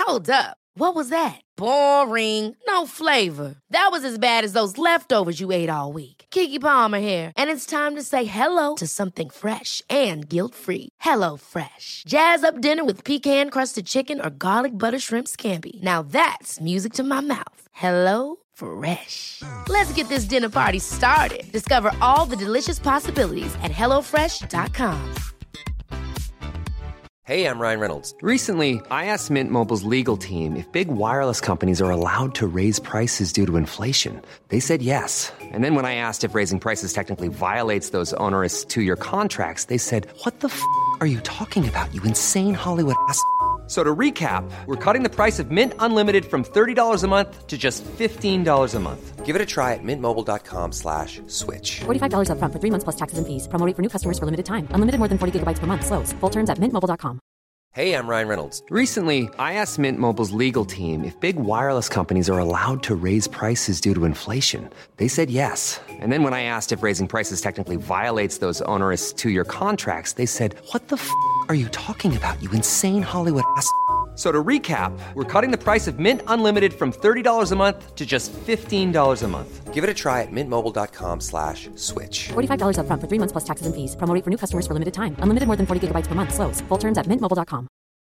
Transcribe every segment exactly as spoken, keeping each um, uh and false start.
Hold up. What was that? Boring. No flavor. That was as bad as those leftovers you ate all week. Keke Palmer here, and it's time to say hello to something fresh and guilt-free. Hello Fresh. Jazz up dinner with pecan-crusted chicken or garlic butter shrimp scampi. Now that's music to my mouth. Hello Fresh. Let's get this dinner party started. Discover all the delicious possibilities at hello fresh dot com. Hey, I'm Ryan Reynolds. Recently, I asked Mint Mobile's legal team if big wireless companies are allowed to raise prices due to inflation. They said yes. And then when I asked if raising prices technically violates those onerous two-year contracts, they said, what the f*** are you talking about, you insane Hollywood ass f- So to recap, we're cutting the price of Mint Unlimited from thirty dollars a month to just fifteen dollars a month. Give it a try at mintmobile.com slash switch. forty-five dollars up front for three months plus taxes and fees. Promo rate for new customers for limited time. Unlimited more than forty gigabytes per month. Slows full terms at mint mobile dot com. Hey, I'm Ryan Reynolds. Recently, I asked Mint Mobile's legal team if big wireless companies are allowed to raise prices due to inflation. They said yes. And then when I asked if raising prices technically violates those onerous two-year contracts, they said, what the f*** are you talking about, you insane Hollywood ass f- So to recap, we're cutting the price of Mint Unlimited from thirty dollars a month to just fifteen dollars a month. Give it a try at mintmobile.com slash switch. forty-five dollars up front for three months plus taxes and fees. Promo rate for new customers for limited time. Unlimited more than forty gigabytes per month. Slows full terms at mint mobile dot com.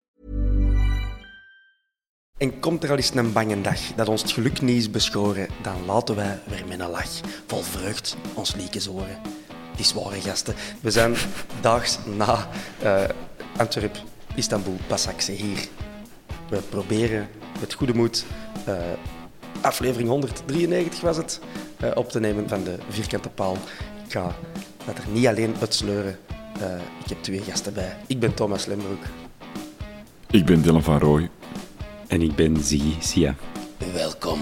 En komt er al eens een bange dag dat ons het geluk niet is beschoren, dan laten wij weer met een lach vol vreugd ons liekens horen. Die zware gasten. We zijn daags na uh, Antwerp, Istanbul, Başakşehir hier. We proberen met goede moed uh, aflevering honderddrieënnegentig was het, uh, op te nemen van de Vierkante Paal. Ik ga dat er niet alleen uitsleuren. Uh, ik heb twee gasten bij. Ik ben Thomas Lembroek. Ik ben Dylan van Rooij. En ik ben Ziggy Sia. Welkom.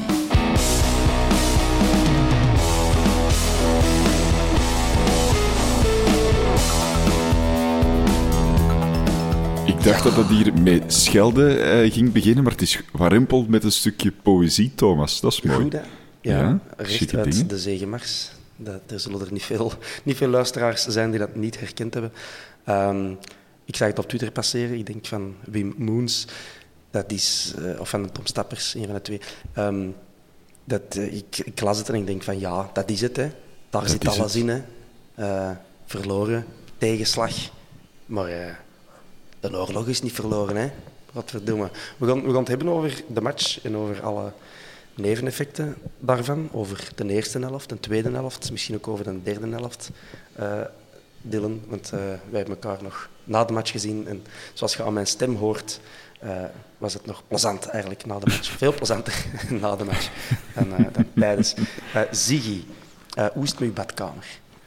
Ik dacht dat dat hier met schelden uh, ging beginnen, maar het is warempeld met een stukje poëzie, Thomas. Dat is mooi. Goed, hè? Ja, ja recht uit dingen. De zegenmars. Dat, er zullen er niet veel, niet veel luisteraars zijn die dat niet herkend hebben. Um, ik zag het op Twitter passeren. Ik denk van Wim Moens. Dat is, uh, of van Tom Stappers, een van de twee. Um, dat, uh, ik, ik las het en ik denk van ja, dat is het. Hè. Daar dat zit alles het. in. Hè. Uh, verloren, tegenslag. Maar uh, de oorlog is niet verloren. Hè. Wat verdomme. We gaan, we gaan het hebben over de match en over alle neveneffecten daarvan. Over de eerste helft, de tweede helft, misschien ook over de derde helft. Uh, Dylan, want uh, wij hebben elkaar nog na de match gezien. En zoals je aan mijn stem hoort, uh, was het nog plezant eigenlijk na de match. Veel plezanter na de match dan, uh, dan tijdens. Uh, Ziggy, uh, hoe is het met je badkamer?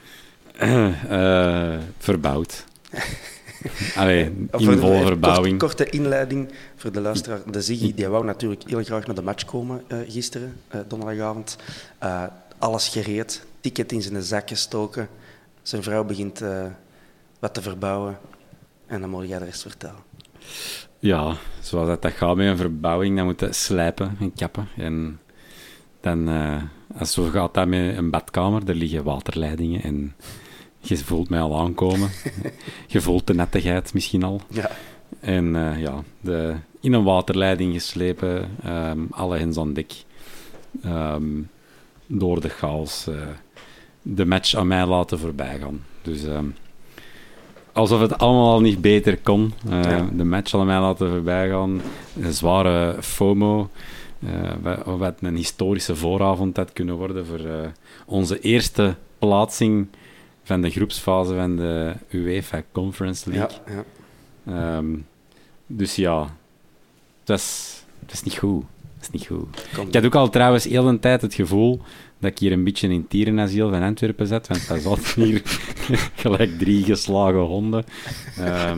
Uh, uh, verbouwd. Allee, in volle verbouwing. Kort, korte inleiding voor de luisteraar. De Ziggy die wou natuurlijk heel graag naar de match komen uh, gisteren, uh, donderdagavond. Uh, alles gereed, ticket in zijn zak gestoken. Zijn vrouw begint uh, wat te verbouwen. En dan moet jij de rest vertellen. Ja, zoals dat, dat gaat met een verbouwing, dan moet je slijpen en kappen. En dan, uh, als zo gaat dat met een badkamer, er liggen waterleidingen en je voelt mij al aankomen. Je voelt de nettigheid misschien al. Ja. En uh, ja, de, in een waterleiding geslepen, um, alle hens aan dek. Um, door de chaos uh, de match aan mij laten voorbij gaan. Dus um, alsof het allemaal al niet beter kon. Uh, ja. De match aan mij laten voorbij gaan. Een zware FOMO. Uh, wat, wat een historische vooravond had kunnen worden voor uh, onze eerste plaatsing van de groepsfase van de UEFA Conference League. Ja, ja. Um, dus ja, dat is, dat is niet goed. Dat is niet goed. Kom. Ik had ook al trouwens heel de tijd het gevoel dat ik hier een beetje in het dierenasiel van Antwerpen zat, want dat zat hier gelijk drie geslagen honden. Um,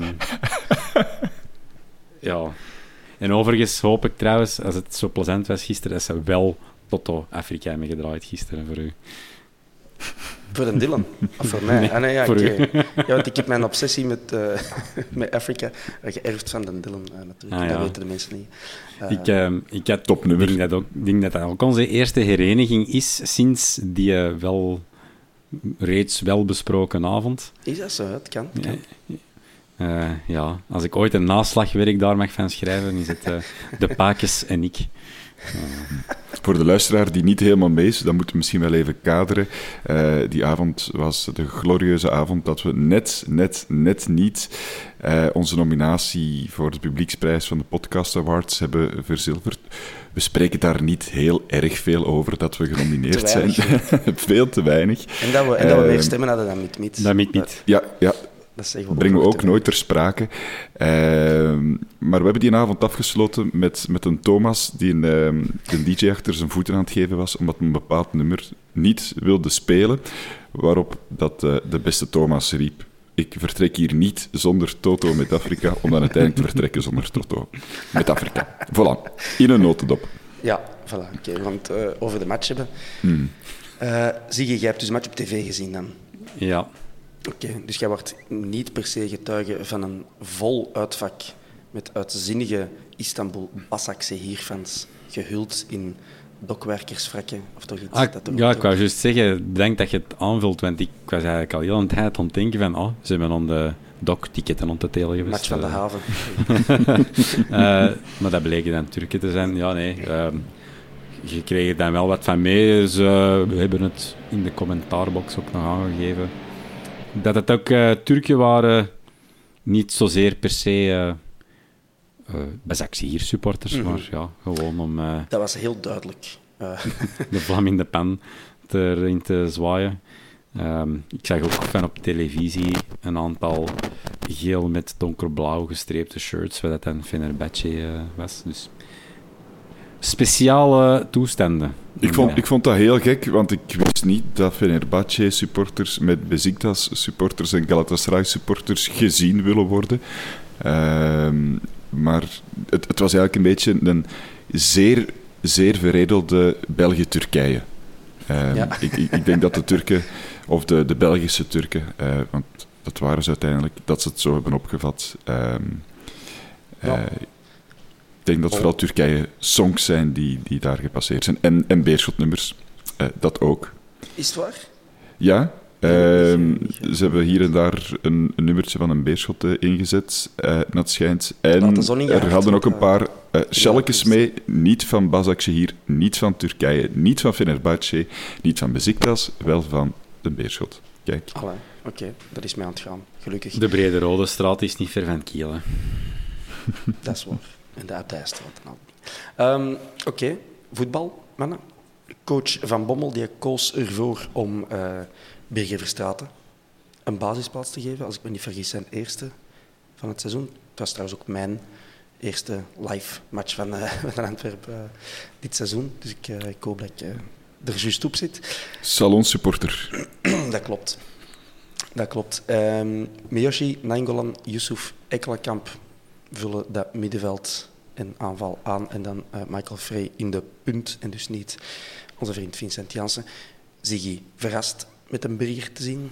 ja. En overigens hoop ik trouwens, als het zo plezant was gisteren, dat ze wel Toto Afrika hebben gedraaid gisteren voor u. Voor een Dylan? Of voor mij? Nee, ah, nee, ja, voor ik, u. Ja, want ik heb mijn obsessie met, uh, met Afrika geërfd van de Dylan, uh, natuurlijk. Ah, ja. Dat weten de mensen niet. Uh, ik, uh, ik had topnummer. Ik denk dat, ook, denk dat dat ook onze eerste hereniging is sinds die uh, wel reeds wel besproken avond. Is dat zo? Het kan. Het kan. Ja, Uh, ja, als ik ooit een naslagwerk daar mag van schrijven, is het uh, De Paakjes en ik. Uh. Voor de luisteraar die niet helemaal mee is, dan moeten we misschien wel even kaderen. Uh, die avond was de glorieuze avond dat we net, net, net niet uh, onze nominatie voor de publieksprijs van de Podcast Awards hebben verzilverd. We spreken daar niet heel erg veel over dat we genomineerd zijn. Veel te weinig. En dat we, en dat we uh, meer stemmen hadden dan Miet-Miet. Dat Miet-Miet. Ja, ja. Dat brengen we ook nooit ter sprake. Uh, maar we hebben die avond afgesloten met, met een Thomas die een, uh, een D J achter zijn voeten aan het geven was, omdat hij een bepaald nummer niet wilde spelen. Waarop dat, uh, de beste Thomas riep: ik vertrek hier niet zonder Toto met Afrika, om dan uiteindelijk te vertrekken zonder Toto met Afrika. Voilà, in een notendop. Ja, voilà. Oké, okay, want uh, over de match hebben. Hmm. Uh, Ziggy, jij hebt dus de match op tv gezien dan? Ja. Oké, okay, dus jij wordt niet per se getuige van een vol uitvak met uitzinnige Istanbul Basaksehir-fans gehuld in dokwerkersvrakken of toch iets. Ah, dat er ja, ik wou juist zeggen, denk dat je het aanvult, want ik was eigenlijk al heel een tijd aan het denken van, oh, ze hebben aan de dok-ticketten aan te telen geweest. Match van de haven. uh, maar dat bleken dan Turken te zijn. Ja, nee. Uh, je kreeg er dan wel wat van mee. Ze hebben het in de commentaarbox ook nog aangegeven. Dat het ook uh, Turken waren, niet zozeer per se uh, uh, Basaksehir-supporters, mm-hmm. maar ja, gewoon om uh, dat was heel duidelijk. Uh. de vlam in de pan erin te zwaaien. Um, ik zag ook van op televisie een aantal geel met donkerblauw gestreepte shirts, waar dat dan Fenerbahce uh, was. Dus speciale toestanden. Ik vond, ik vond dat heel gek, want ik wist niet dat Fenerbahce-supporters met Besiktas-supporters en Galatasaray-supporters gezien willen worden. Uh, maar het, het was eigenlijk een beetje een zeer, zeer veredelde België-Turkije. Uh, ja. ik, ik, ik denk dat de Turken, of de, de Belgische Turken, uh, want dat waren ze uiteindelijk, dat ze het zo hebben opgevat. Uh, ja. uh, Ik denk dat het vooral Turkije songs zijn die, die daar gepasseerd zijn. En, en Beerschot-nummers, uh, dat ook. Is het waar? Ja. Uh, ze hebben hier en daar een, een nummertje van een Beerschot uh, ingezet, uh, dat schijnt. En er hadden ook een paar uh, schalkjes mee. Niet van Basaksehir, niet van Turkije, niet van Fenerbahce, niet van Besiktas, wel van de Beerschot. Kijk. Oké, okay, dat is mij aan het gaan. Gelukkig. De Brede Rode Straat is niet ver van Kiel, hè. Dat is waar. En de Abdijstraat. Um, Oké, okay. Voetbal, mannen. Coach Van Bommel die koos ervoor om uh, Birger Verstraeten een basisplaats te geven. Als ik me niet vergis, zijn eerste van het seizoen. Het was trouwens ook mijn eerste live match van, uh, van Antwerpen uh, dit seizoen. Dus ik, uh, ik hoop dat ik uh, er juist op zit. Salonsupporter. Dat klopt. Dat klopt. Um, Miyoshi, Nainggolan, Yusuf, Ekkelenkamp vullen dat middenveld en aanval aan. En dan uh, Michael Frey in de punt. En dus niet onze vriend Vincent Janssen. Ziggy, verrast met een Birger te zien?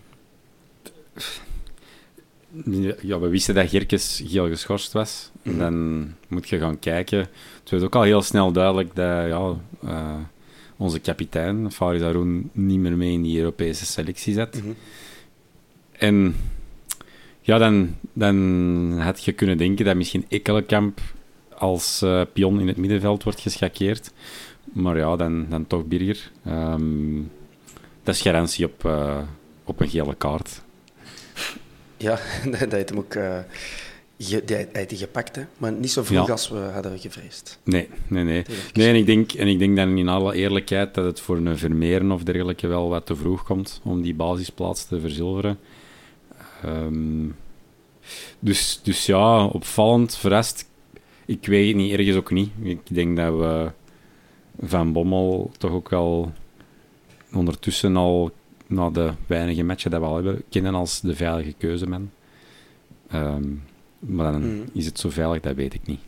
Ja, we wisten dat Gerkes geel geschorst was. Mm-hmm. Dan moet je gaan kijken. Het werd ook al heel snel duidelijk dat ja, uh, onze kapitein, Faris Haroun, niet meer mee in die Europese selectie zat. Mm-hmm. En ja, dan, dan had je kunnen denken dat misschien Ekkelenkamp als uh, pion in het middenveld wordt geschakeerd. Maar ja, dan, dan toch Birger. Um, dat is garantie op, uh, op een gele kaart. Ja, dat heeft hem ook uh, ge, hij heeft die gepakt, hè? Maar niet zo vroeg ja. als we hadden gevreesd. Nee, nee, nee. nee en, ik denk, en ik denk dan in alle eerlijkheid dat het voor een Vermeeren of dergelijke wel wat te vroeg komt om die basisplaats te verzilveren. Um, dus, dus ja, opvallend, verrast. Ik weet het niet, ergens ook niet. Ik denk dat we Van Bommel toch ook wel ondertussen al, na de weinige matchen dat we al hebben, kennen als de veilige keuzeman. Um, maar dan mm. is het zo veilig, dat weet ik niet.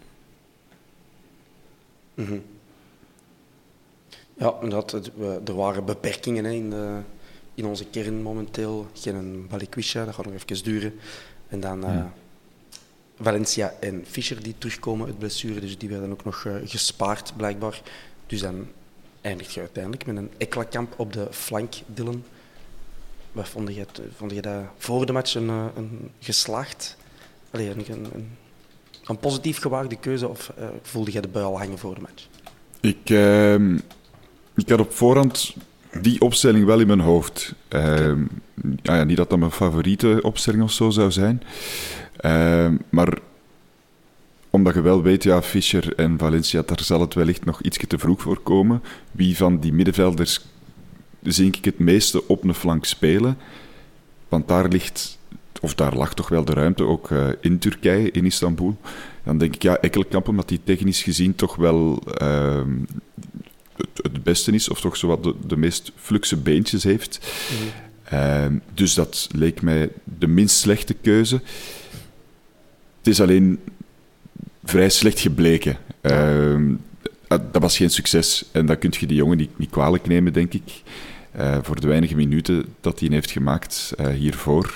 Mm-hmm. Ja, inderdaad, er waren beperkingen hè, in, de, in onze kern momenteel. Geen Balikwisha, dat gaat nog even duren. En dan mm. uh, Valencia en Fischer die terugkomen uit blessure, dus die werden ook nog uh, gespaard blijkbaar. Dus dan eindigt je uiteindelijk met een Ekkelenkamp op de flank, Dylan. wat vond je, vond je dat voor de match een, een geslaagd? Allee, een, een, een positief gewaagde keuze of uh, voelde je de bui al hangen voor de match? Ik, uh, ik had op voorhand die opstelling wel in mijn hoofd. Uh, okay. ja, ja, niet dat dat mijn favoriete opstelling of zo zou zijn. Uh, maar omdat je wel weet, ja, Fischer en Valencia, daar zal het wellicht nog iets te vroeg voor komen. Wie van die middenvelders zie ik het meeste op een flank spelen? Want daar ligt, of daar lag toch wel de ruimte, ook uh, in Turkije, in Istanbul. Dan denk ik, ja, Ekkelenkamp, omdat die technisch gezien toch wel uh, het, het beste is, of toch zowat de, de meest fluxe beentjes heeft. Mm. Uh, dus dat leek mij de minst slechte keuze. Het is alleen vrij slecht gebleken. Uh, dat was geen succes. En dat kun je die jongen niet, niet kwalijk nemen, denk ik. Uh, voor de weinige minuten dat hij heeft gemaakt uh, hiervoor.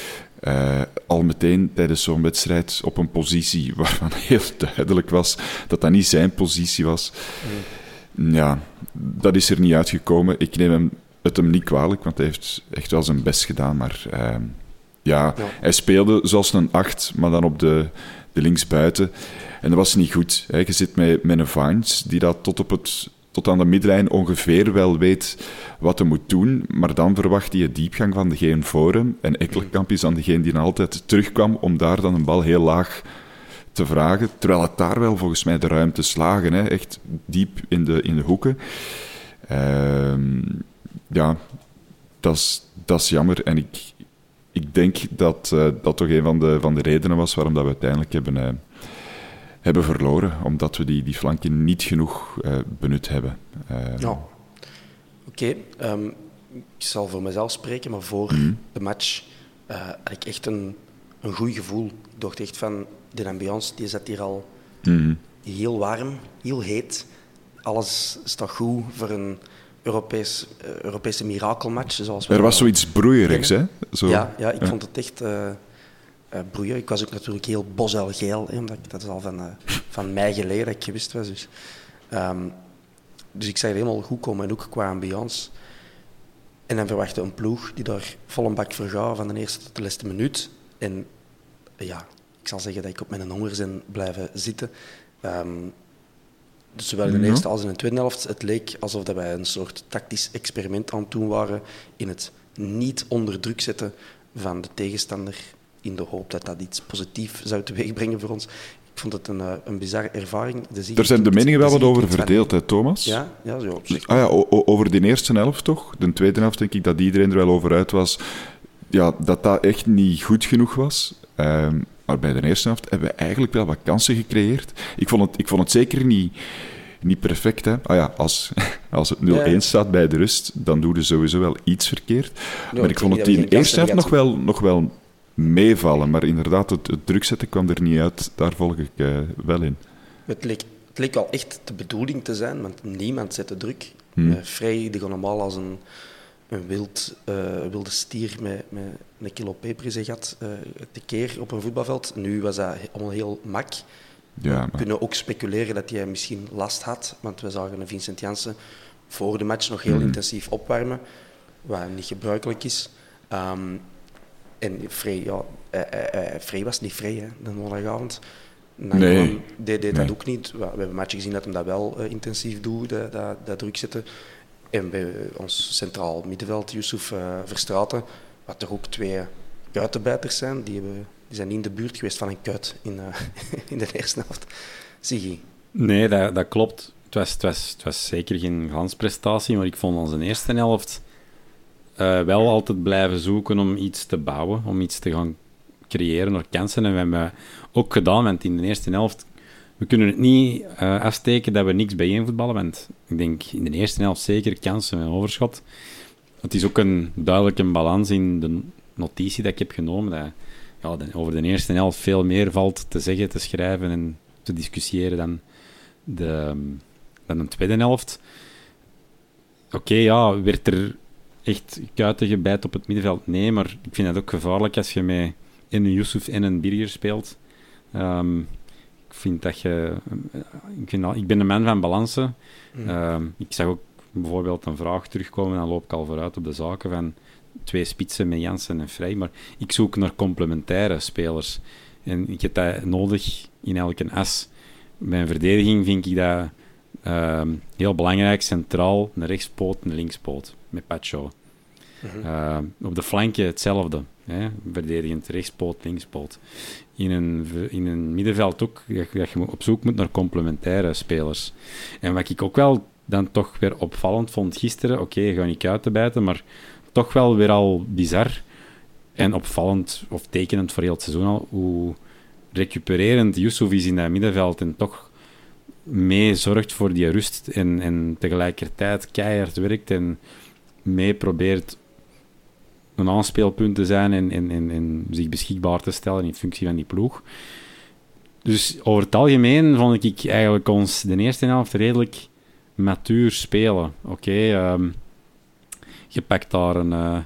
Uh, al meteen tijdens zo'n wedstrijd op een positie waarvan heel duidelijk was dat dat niet zijn positie was. Mm. Ja, dat is er niet uitgekomen. Ik neem hem, het hem niet kwalijk, want hij heeft echt wel zijn best gedaan. Maar uh, ja, ja, hij speelde zoals een acht, maar dan op de, de linksbuiten. En dat was niet goed. Hè. Je zit met, met een Vines die dat tot, op het, tot aan de midlijn ongeveer wel weet wat hij moet doen, maar dan verwacht hij de diepgang van degene voor hem. En Ekkelenkamp is dan degene die dan altijd terugkwam om daar dan een bal heel laag te vragen. Terwijl het daar wel volgens mij de ruimte slagen. Hè. Echt diep in de, in de hoeken. Uh, ja, dat is jammer. En ik, ik denk dat uh, dat toch een van de, van de redenen was waarom dat we uiteindelijk hebben... Uh, hebben verloren, omdat we die, die flanken niet genoeg uh, benut hebben. Uh, ja. Oké, okay. um, ik zal voor mezelf spreken, maar voor mm. de match uh, had ik echt een, een goed gevoel. Ik dacht echt van, de ambiance die zat hier al mm. heel warm, heel heet. Alles staat goed voor een Europees, uh, Europese mirakelmatch. Zoals we er was zoiets broeierigs, hè? Zo. Ja, ja, ik ja. vond het echt... Uh, Uh, broeien. Ik was ook natuurlijk heel bosuilgeel, hè, omdat ik, dat is al van, uh, van mij geleden dat ik gewist was. Dus, um, dus ik zag het helemaal goed komen, en ook qua ambiance. En dan verwachtte een ploeg die daar vol een bak voor gaat van de eerste tot de laatste minuut. En uh, ja, ik zal zeggen dat ik op mijn honger ben blijven zitten. Um, dus zowel in de eerste als in de tweede helft, het leek alsof dat wij een soort tactisch experiment aan het doen waren in het niet onder druk zetten van de tegenstander, in de hoop dat dat iets positiefs zou teweegbrengen voor ons. Ik vond het een, een bizarre ervaring. Er zijn de meningen wel wat over verdeeld, hè, Thomas? Ja, ja, zo op zich. Ah, ja, o- over de eerste helft toch? De tweede helft denk ik dat iedereen er wel over uit was. Ja, dat dat echt niet goed genoeg was. Um, maar bij de eerste helft hebben we eigenlijk wel wat kansen gecreëerd. Ik vond het, ik vond het zeker niet, niet perfect. Hè? Ah ja, als, als het nul-een ja. staat bij de rust, dan doe je sowieso wel iets verkeerd. Ja, maar ik vond het in de eerste helft nog wel... Nog wel meevallen, maar inderdaad, het, het druk zetten kwam er niet uit. Daar volg ik uh, wel in. Het leek, het leek wel echt de bedoeling te zijn, want niemand zette druk. Hmm. Uh, Vrij, die gewoon normaal als een, een wild, uh, wilde stier met, met een kilo peper in zijn gat uh, tekeer op een voetbalveld. Nu was dat allemaal heel mak. Ja, maar... We kunnen ook speculeren dat hij misschien last had, want we zagen een Vincent Janssen voor de match nog heel hmm. intensief opwarmen, wat niet gebruikelijk is. Um, En Frey, ja, uh, uh, uh, Frey was niet Frey, hè, de donderdagavond. Nee. deed, deed dat nee. ook niet. We hebben een match gezien dat hem dat wel uh, intensief doet, dat, dat, dat druk zetten. En bij ons centraal middenveld, Yusuf uh, Verstraeten, wat er ook twee kuitenbijters zijn, die, hebben, die zijn niet in de buurt geweest van een kuit in, uh, in de eerste helft. Siggy? Nee, dat, dat klopt. Het was, het, was, het was zeker geen glansprestatie, maar ik vond onze eerste helft uh, wel altijd blijven zoeken om iets te bouwen, om iets te gaan creëren door kansen. En we hebben ook gedaan, want in de eerste helft, we kunnen het niet uh, afsteken dat we niks bijeenvoetballen, want ik denk in de eerste helft zeker kansen met overschot. Het is ook een duidelijke balans in de notitie dat ik heb genomen, dat ja, de, over de eerste helft veel meer valt te zeggen, te schrijven en te discussiëren dan de, dan de tweede helft. Oké, okay, ja, werd er echt kuiten gebijt op het middenveld? Nee, maar ik vind het ook gevaarlijk als je met en een Yusuf en een Birger speelt. Um, ik vind dat je... Ik, vind dat, ik ben een man van balansen. Mm. Um, ik zag ook bijvoorbeeld een vraag terugkomen, dan loop ik al vooruit op de zaken van twee spitsen met Jansen en Vrij, maar ik zoek naar complementaire spelers. En ik heb dat nodig in elke as. Bij een verdediging vind ik dat uh, heel belangrijk, centraal, een rechtspoot, een linkspoot, met Pacho. Mm-hmm. Uh, op de flanken hetzelfde. Hè? Verdedigend rechtspoot, linkspoot. In een, in een middenveld ook, dat, dat je op zoek moet naar complementaire spelers. En wat ik ook wel dan toch weer opvallend vond gisteren, oké, okay, je gaat niet uit te bijten, maar toch wel weer al bizar en opvallend, of tekenend voor heel het seizoen al, hoe recupererend Yusuf is in dat middenveld en toch mee zorgt voor die rust en, en tegelijkertijd keihard werkt en mee probeert een aanspeelpunt te zijn en, en, en, en zich beschikbaar te stellen in functie van die ploeg. Dus over het algemeen vond ik eigenlijk ons de eerste helft redelijk matuur spelen. Oké, okay, um, je pakt daar een... Uh,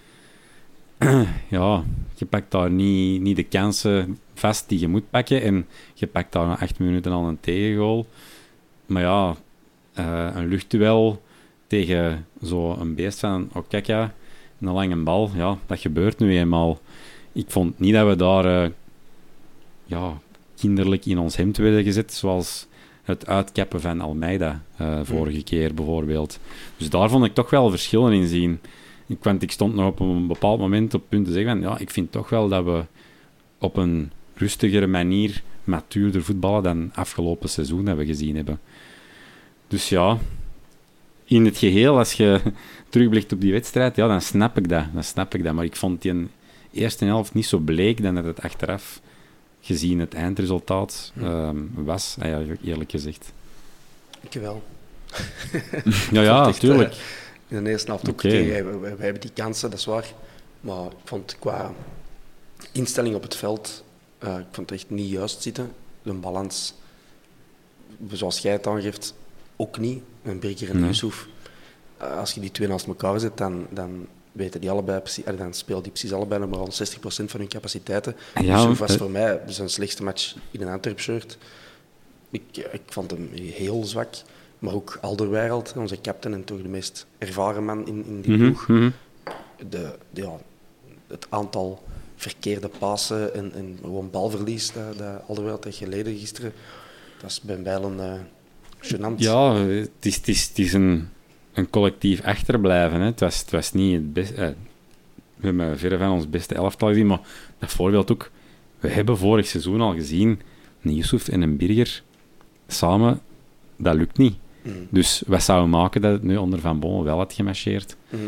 ja, je pakt daar niet, niet de kansen vast die je moet pakken en je pakt daar na acht minuten al een tegengoal. Maar ja, uh, een luchtduel tegen zo'n beest van Okaka, een lange bal, ja, dat gebeurt nu eenmaal. Ik vond niet dat we daar uh, ja, kinderlijk in ons hemd werden gezet, zoals het uitkappen van Almeida uh, vorige keer bijvoorbeeld. Dus daar vond ik toch wel verschillen in zien. Ik, want ik stond nog op een bepaald moment op het punt te zeggen van, ja, ik vind toch wel dat we op een rustigere manier matuurder voetballen dan afgelopen seizoen dat we gezien hebben. Dus ja, in het geheel, als je terugblikt op die wedstrijd, ja, dan snap ik dat. Dan snap ik dat. Maar ik vond die een eerste helft niet zo bleek dan dat het achteraf, gezien het eindresultaat, um, was, eigenlijk eerlijk gezegd. Ik wel. ja, ja, natuurlijk. Uh, in de eerste helft ook. Okay. Okay, wij, wij, wij hebben die kansen, dat is waar. Maar ik vond qua instelling op het veld, uh, ik vond het echt niet juist zitten. De balans, zoals jij het aangeeft, ook niet. Een Birger en nee. Yusuf. Uh, als je die twee naast elkaar zet, dan, dan weten die allebei precies, dan spelen die precies allebei nog maar al zestig procent van hun capaciteiten. Ja, Yusuf was uh, voor mij zijn slechtste match in een Antwerp-shirt. Ik, ik vond hem heel zwak. Maar ook Alderweireld, onze captain en toch de meest ervaren man in, in die mm-hmm, ploeg. Mm-hmm. De, de, ja, het aantal verkeerde passen en, en gewoon balverlies dat, dat Alderweireld heeft geleden gisteren, dat is bij wijlen uh, gênant. Ja, het is, het is, het is een, een collectief achterblijven. Hè. Het, was, het was niet het beste... Eh, we hebben verre van ons beste elftal gezien, maar dat voorbeeld ook... We hebben vorig seizoen al gezien, een Yusuf en een Birger samen, dat lukt niet. Mm. Dus wat zou we maken dat het nu onder Van Bommel wel had gemarcheerd? Mm.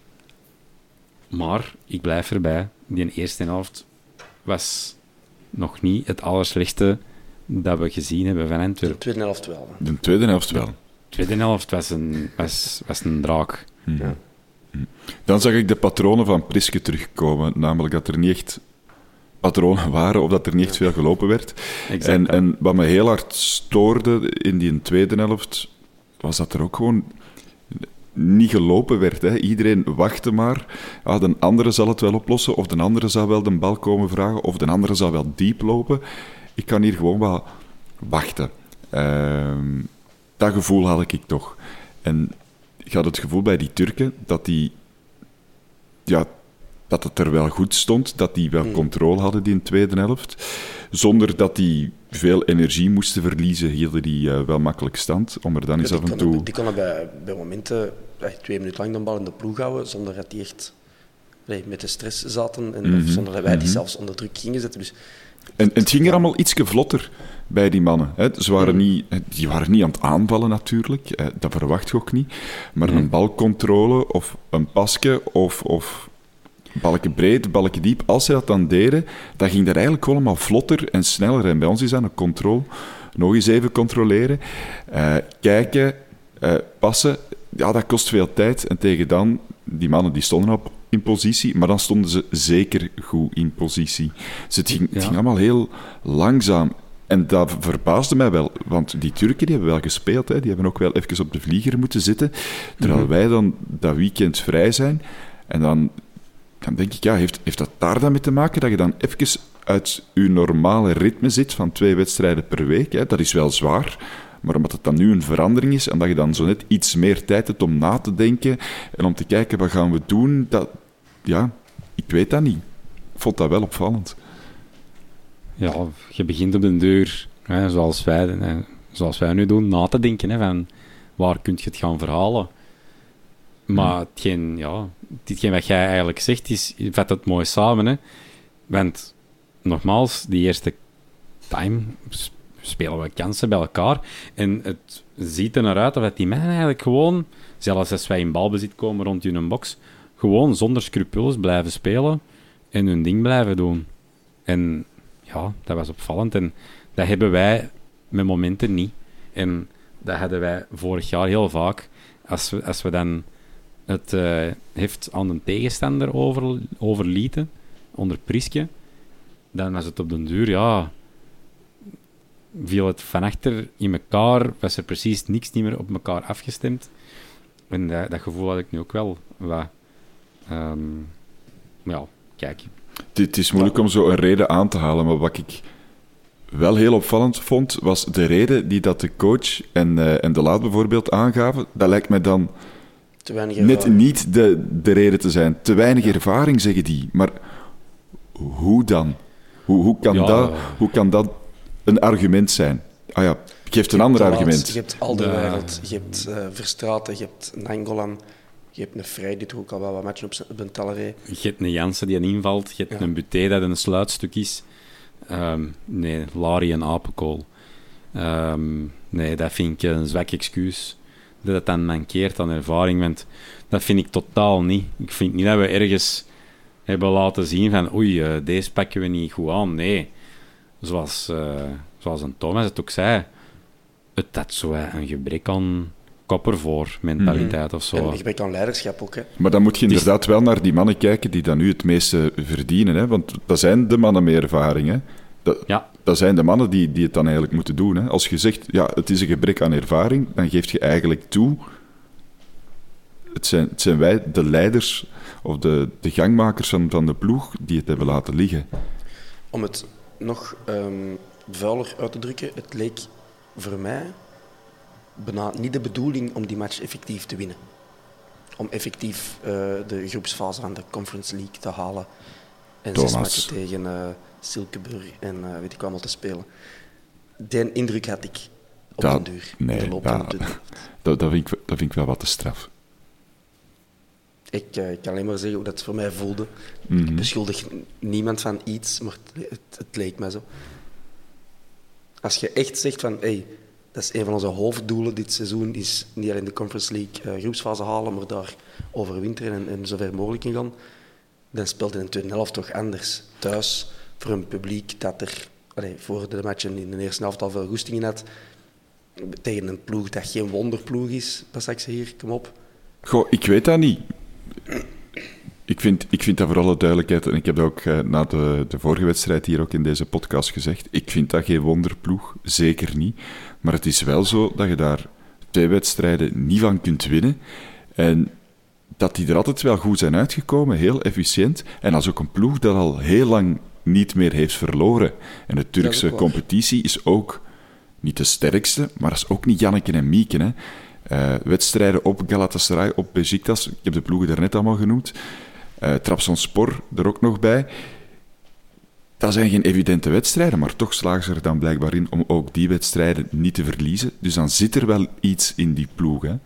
Maar ik blijf erbij. Die eerste helft was nog niet het allerslechtste dat we gezien hebben van Antwerpen. De tweede helft wel. Hè? De tweede helft wel. De tweede helft was een, was, was een draak. Mm. Ja. Mm. Dan zag ik de patronen van Priske terugkomen. Namelijk dat er niet echt patronen waren of dat er niet echt veel gelopen werd. Exact, en, en wat me heel hard stoorde in die tweede helft, was dat er ook gewoon niet gelopen werd. Hè. Iedereen wachtte maar. Ah, de andere zal het wel oplossen, of de andere zal wel de bal komen vragen, of de andere zal wel diep lopen. Ik kan hier gewoon wel wachten. Uh, dat gevoel had ik toch. En ik had het gevoel bij die Turken dat die... Ja, dat het er wel goed stond, dat die wel controle hadden die in de tweede helft. Zonder dat die veel energie moesten verliezen, hielden die uh, wel makkelijk stand. Om er dan eens ja, af en toe... Die konden bij, bij momenten twee minuten lang de bal in de ploeg houden, zonder dat die echt nee, met de stress zaten. En, mm-hmm. Zonder dat wij die mm-hmm. zelfs onder druk gingen zetten. Dus, en, en het ging er allemaal ietsje vlotter bij die mannen. Hè. Ze waren niet, die waren niet aan het aanvallen natuurlijk, dat verwacht je ook niet. Maar mm. een balcontrole of een pasje of... of balken breed, balken diep. Als ze dat dan deden, dan ging dat eigenlijk allemaal vlotter en sneller. En bij ons is dat een controle. Nog eens even controleren. Uh, kijken, uh, passen. Ja, dat kost veel tijd. En tegen dan, die mannen die stonden op in positie, maar dan stonden ze zeker goed in positie. Dus het ging, ja. het ging allemaal heel langzaam. En dat verbaasde mij wel, want die Turken die hebben wel gespeeld, hè. Die hebben ook wel even op de vlieger moeten zitten, terwijl mm-hmm. wij dan dat weekend vrij zijn. En dan... Dan denk ik, ja, heeft, heeft dat daar dan mee te maken dat je dan even uit je normale ritme zit van twee wedstrijden per week? Hè? Dat is wel zwaar, maar omdat het dan nu een verandering is en dat je dan zo net iets meer tijd hebt om na te denken en om te kijken wat gaan we doen, dat, ja, ik weet dat niet. Ik vond dat wel opvallend. Ja, je begint op de deur, hè, zoals, wij, hè, zoals wij nu doen, na te denken. Hè, van waar kun je het gaan verhalen? Maar hmm. hetgeen, ja, hetgeen wat jij eigenlijk zegt, is, je vat het mooi samen. Hè? Want, nogmaals, die eerste time spelen we kansen bij elkaar. En het ziet er naar uit dat die mannen eigenlijk gewoon, zelfs als wij in balbezit komen rond hun box, gewoon zonder scrupules blijven spelen en hun ding blijven doen. En ja, dat was opvallend. En dat hebben wij met momenten niet. En dat hadden wij vorig jaar heel vaak. Als we, als we dan het uh, heft aan een tegenstander over, overlieten, onder Priske, dan was het op den duur, ja, viel het van achter in elkaar, was er precies niks niet meer op elkaar afgestemd. En dat, dat gevoel had ik nu ook wel wat. Um, ja, kijk. Het is moeilijk om zo een reden aan te halen, maar wat ik wel heel opvallend vond, was de reden die dat de coach en, uh, en de Laat bijvoorbeeld aangaven. Dat lijkt mij dan te weinig net niet de, de reden te zijn. Te weinig ervaring, zeggen die. Maar hoe dan? Hoe, hoe, kan, ja. dat, hoe kan dat een argument zijn? Ah ja, geef een ander argument. Je hebt Alderweireld, je hebt uh, Verstraeten, je hebt Nainggolan, je hebt een Vrij, die toch ook al wel wat matchen op, op een telerij. Je hebt een Jansen die invalt, je hebt ja. een Buté dat een sluitstuk is. Um, nee, Larry en Apenkool. Um, nee, dat vind ik een zwak excuus. Dat het dan mankeert aan ervaring, want dat vind ik totaal niet. Ik vind niet dat we ergens hebben laten zien van oei, uh, deze pakken we niet goed aan. Nee, zoals, uh, zoals een Thomas het ook zei, het had zo een gebrek aan kopper voor mentaliteit mm-hmm. of zo. En een gebrek aan leiderschap ook. Hè. Maar dan moet je inderdaad wel naar die mannen kijken die dan nu het meeste verdienen. Hè? Want dat zijn de mannen met ervaring. Hè? Dat, ja. dat zijn de mannen die, die het dan eigenlijk moeten doen. Hè? Als je zegt, ja, het is een gebrek aan ervaring, dan geef je eigenlijk toe, het zijn, het zijn wij, de leiders of de, de gangmakers van, van de ploeg, die het hebben laten liggen. Om het nog um, vuiler uit te drukken, het leek voor mij bijna niet de bedoeling om die match effectief te winnen. Om effectief uh, de groepsfase van de Conference League te halen. En zes matchen tegen uh, Silkeborg en uh, weet ik allemaal te spelen. Die indruk had ik op dat, den duur. Nee, de loop dat, van de dat, dat, vind ik, dat vind ik wel wat te straf. Ik, uh, ik kan alleen maar zeggen hoe dat voor mij voelde. Mm-hmm. Ik beschuldig niemand van iets, maar het, het, het leek mij zo. Als je echt zegt van, hey, dat is een van onze hoofddoelen dit seizoen, is niet alleen de Conference League uh, groepsfase halen, maar daar overwinteren en, en zo ver mogelijk in gaan, dan speelt in de tweede helft toch anders. Thuis, voor een publiek dat er allee, voor de matchen in de eerste helft al veel goesting in had, tegen een ploeg dat geen wonderploeg is, pas ik ze hier, kom op. Goh, ik weet dat niet. Ik vind, ik vind dat voor alle duidelijkheid, en ik heb dat ook uh, na de, de vorige wedstrijd hier ook in deze podcast gezegd, ik vind dat geen wonderploeg, zeker niet. Maar het is wel zo dat je daar twee wedstrijden niet van kunt winnen. En dat die er altijd wel goed zijn uitgekomen, heel efficiënt. En dat is ook een ploeg dat al heel lang niet meer heeft verloren. En de Turkse competitie is ook niet de sterkste, maar dat is ook niet Janneke en Mieke, hè. Uh, wedstrijden op Galatasaray, op Beşiktaş, ik heb de ploegen daarnet allemaal genoemd. Uh, Trabzonspor er ook nog bij. Dat zijn geen evidente wedstrijden, maar toch slagen ze er dan blijkbaar in om ook die wedstrijden niet te verliezen. Dus dan zit er wel iets in die ploeg, hè.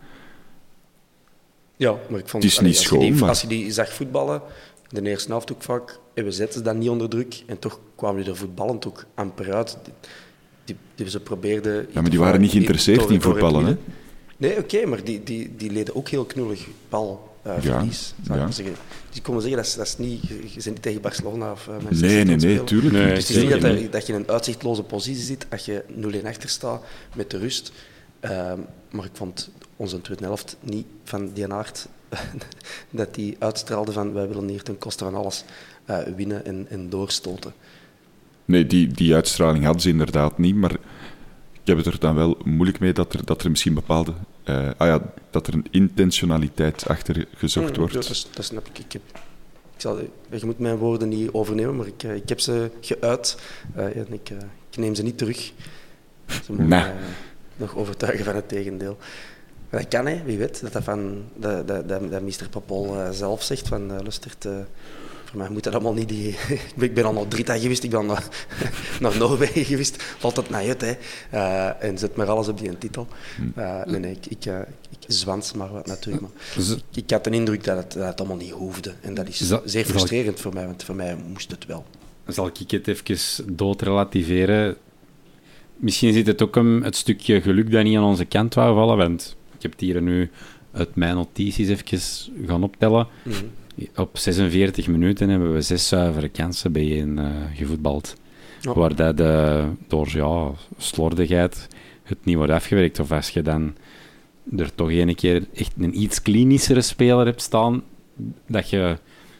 Ja, maar ik vond... Het is allee, niet als schoon, je die, maar... Als je die zag voetballen, in de eerste helft ook vaak, en we zetten ze dan niet onder druk, en toch kwamen die er voetballend ook amper uit. Die, die, die ze probeerden... Ja, maar die waren niet geïnteresseerd in, in voetballen, hè. Nee, oké, okay, maar die, die, die leden ook heel knullig balverlies. Uh, ja, ja. zeggen. Die komen zeggen, dat is, dat is niet... Je bent niet tegen Barcelona of uh, Manchester Nee, nee, nee, spelen. tuurlijk nee, niet. Dus het is niet dat, er, dat je in een uitzichtloze positie zit als je nul-een achter staat met de rust. Uh, maar ik vond onze tweede helft niet van die aard dat die uitstraalde van wij willen hier ten koste van alles uh, winnen en, en doorstoten. Nee, die, die uitstraling hadden ze inderdaad niet, maar ik heb het er dan wel moeilijk mee dat er, dat er misschien bepaalde... Uh, ah ja, dat er een intentionaliteit achter gezocht wordt. Ja, dat, dat snap ik. Ik, heb, ik zal, je moet mijn woorden niet overnemen, maar ik, ik heb ze geuit uh, en ik, uh, ik neem ze niet terug. Ze mogen nee. uh, nog overtuigen van het tegendeel. Dat kan, hè, wie weet. Dat dat van dat, dat, dat, dat mister Popol uh, zelf zegt van uh, Lustert, uh, voor mij moet dat allemaal niet. Die... ik ben al nog drie dagen geweest, ik ben naar, naar Noorwegen geweest. Valt het naar uit, hè. Uh, en zet maar alles op die titel. Uh, nee, nee, ik, ik, uh, ik zwans maar wat natuurlijk. Maar ik, ik had de indruk dat het, dat het allemaal niet hoefde. En dat is zal, zeer frustrerend ik, voor mij, want voor mij moest het wel. Zal ik het even doodrelativeren? Misschien zit het ook een, het stukje geluk dat niet aan onze kant wou vallen, want ik heb het hier nu uit mijn notities even gaan optellen. Mm-hmm. Op zesenveertig minuten hebben we zes zuivere kansen bijeen uh, gevoetbald. Oh. Waar dat uh, door ja, slordigheid het niet wordt afgewerkt. Of als je dan er toch een keer echt een iets klinischere speler hebt staan, dat je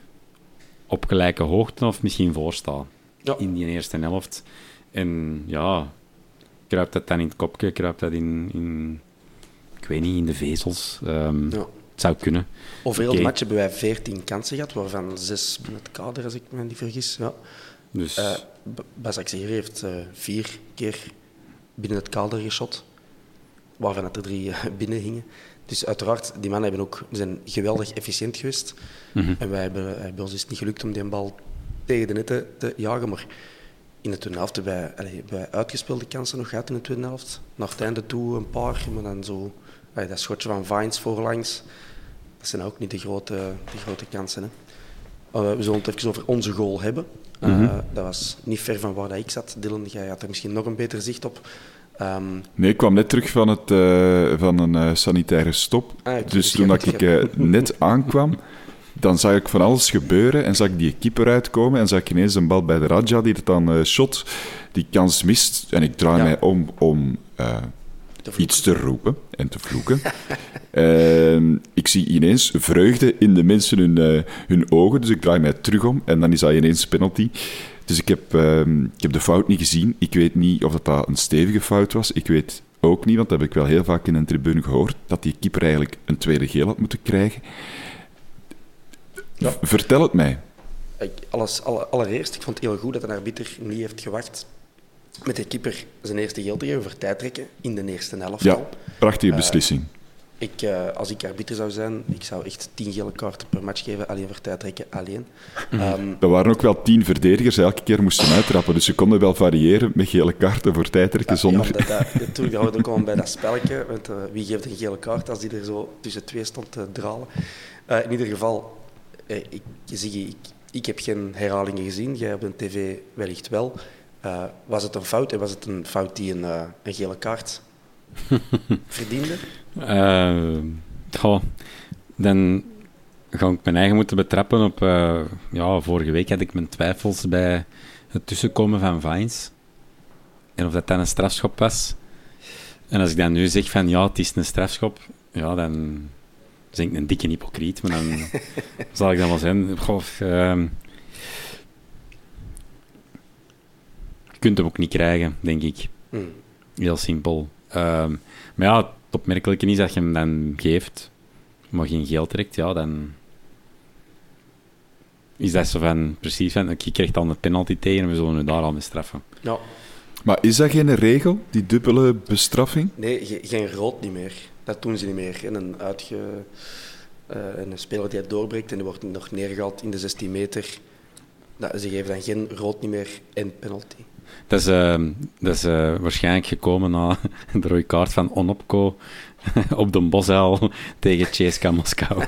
op gelijke hoogte of misschien voor staat ja. in die eerste helft. En ja, kruipt dat dan in het kopje, kruipt dat in, in ik weet niet, in de vezels. Um, ja. Het zou kunnen. Over heel okay. de match hebben wij veertien kansen gehad, waarvan zes binnen het kader, als ik me niet vergis. Ja. Dus... Uh, Başakşehir heeft uh, vier keer binnen het kader geschot, waarvan het er drie uh, binnen hingen. Dus uiteraard, die mannen hebben ook, zijn geweldig efficiënt geweest. Mm-hmm. En wij hebben, uh, bij ons is het niet gelukt om die bal tegen de netten te jagen, maar in de tweede helft hebben wij, allee, hebben wij uitgespeelde kansen nog gehad in de tweede helft. Naar het einde toe een paar, maar dan zo... Allee, dat schotje van Vines voorlangs, dat zijn ook niet de grote, de grote kansen. Hè. Uh, we zullen het even over onze goal hebben. Uh, mm-hmm. Dat was niet ver van waar dat ik zat. Dylan, jij had er misschien nog een beter zicht op. Um... Nee, ik kwam net terug van, het, uh, van een uh, sanitaire stop. Ah, ik dus toen dat ik uh, net aankwam, dan zag ik van alles gebeuren en zag ik die keeper uitkomen en zag ik ineens een bal bij de Radja die het dan uh, shot, die kans mist. En ik draai ja. mij om om uh, te iets te roepen en te vloeken. uh, ik zie ineens vreugde in de mensen hun, uh, hun ogen, dus ik draai mij terug om en dan is dat ineens penalty. Dus ik heb, uh, ik heb de fout niet gezien. Ik weet niet of dat, dat een stevige fout was. Ik weet ook niet, want dat heb ik wel heel vaak in een tribune gehoord, dat die keeper eigenlijk een tweede geel had moeten krijgen. Ja. Vertel het mij. Ik, alles, alle, allereerst, ik vond het heel goed dat een arbiter niet heeft gewacht met de keeper zijn eerste geel te geven voor tijdrekken in de eerste helft. Ja, prachtige beslissing. Uh, ik, uh, als ik arbiter zou zijn, ik zou echt tien gele kaarten per match geven, alleen voor tijdrekken, alleen. Mm-hmm. Um, er waren ook wel tien verdedigers die elke keer moesten uittrappen, dus ze konden wel variëren met gele kaarten voor tijdrekken ja, zonder... Ja, dat, dat, natuurlijk, dat hoort ook al bij dat spelletje, want uh, wie geeft een gele kaart als die er zo tussen twee stond te dralen. Uh, in ieder geval... Ik, zeg, ik, ik heb geen herhalingen gezien, jij op de tv wellicht wel. Uh, was het een fout en was het een fout die een, uh, een gele kaart verdiende? Uh, goh, dan ga ik mijn eigen moeten betrappen op... Uh, ja, vorige week had ik mijn twijfels bij het tussenkomen van Vines. En of dat dan een strafschop was. En als ik dan nu zeg van ja, het is een strafschop, ja, dan... Dat is een dikke hypocriet, maar dan zal ik dat wel zijn. Goh, uh, je kunt hem ook niet krijgen, denk ik. Mm. Heel simpel. Uh, maar ja, het opmerkelijke is dat je hem dan geeft, maar geen geel trekt, ja, dan is dat zo van, precies van, je krijgt dan een penalty tegen en we zullen nu daar al mee straffen. Ja. Maar is dat geen regel, die dubbele bestraffing? Nee, ge- geen rood niet meer. Dat doen ze niet meer. En een, uitge, uh, een speler die het doorbreekt en die wordt nog neergehaald in de zestien meter, dat, ze geven dan geen rood niet meer en penalty. Dat is, uh, dat is uh, waarschijnlijk gekomen na de rode kaart van Onopko op de Bosuil tegen C S K A Moskou.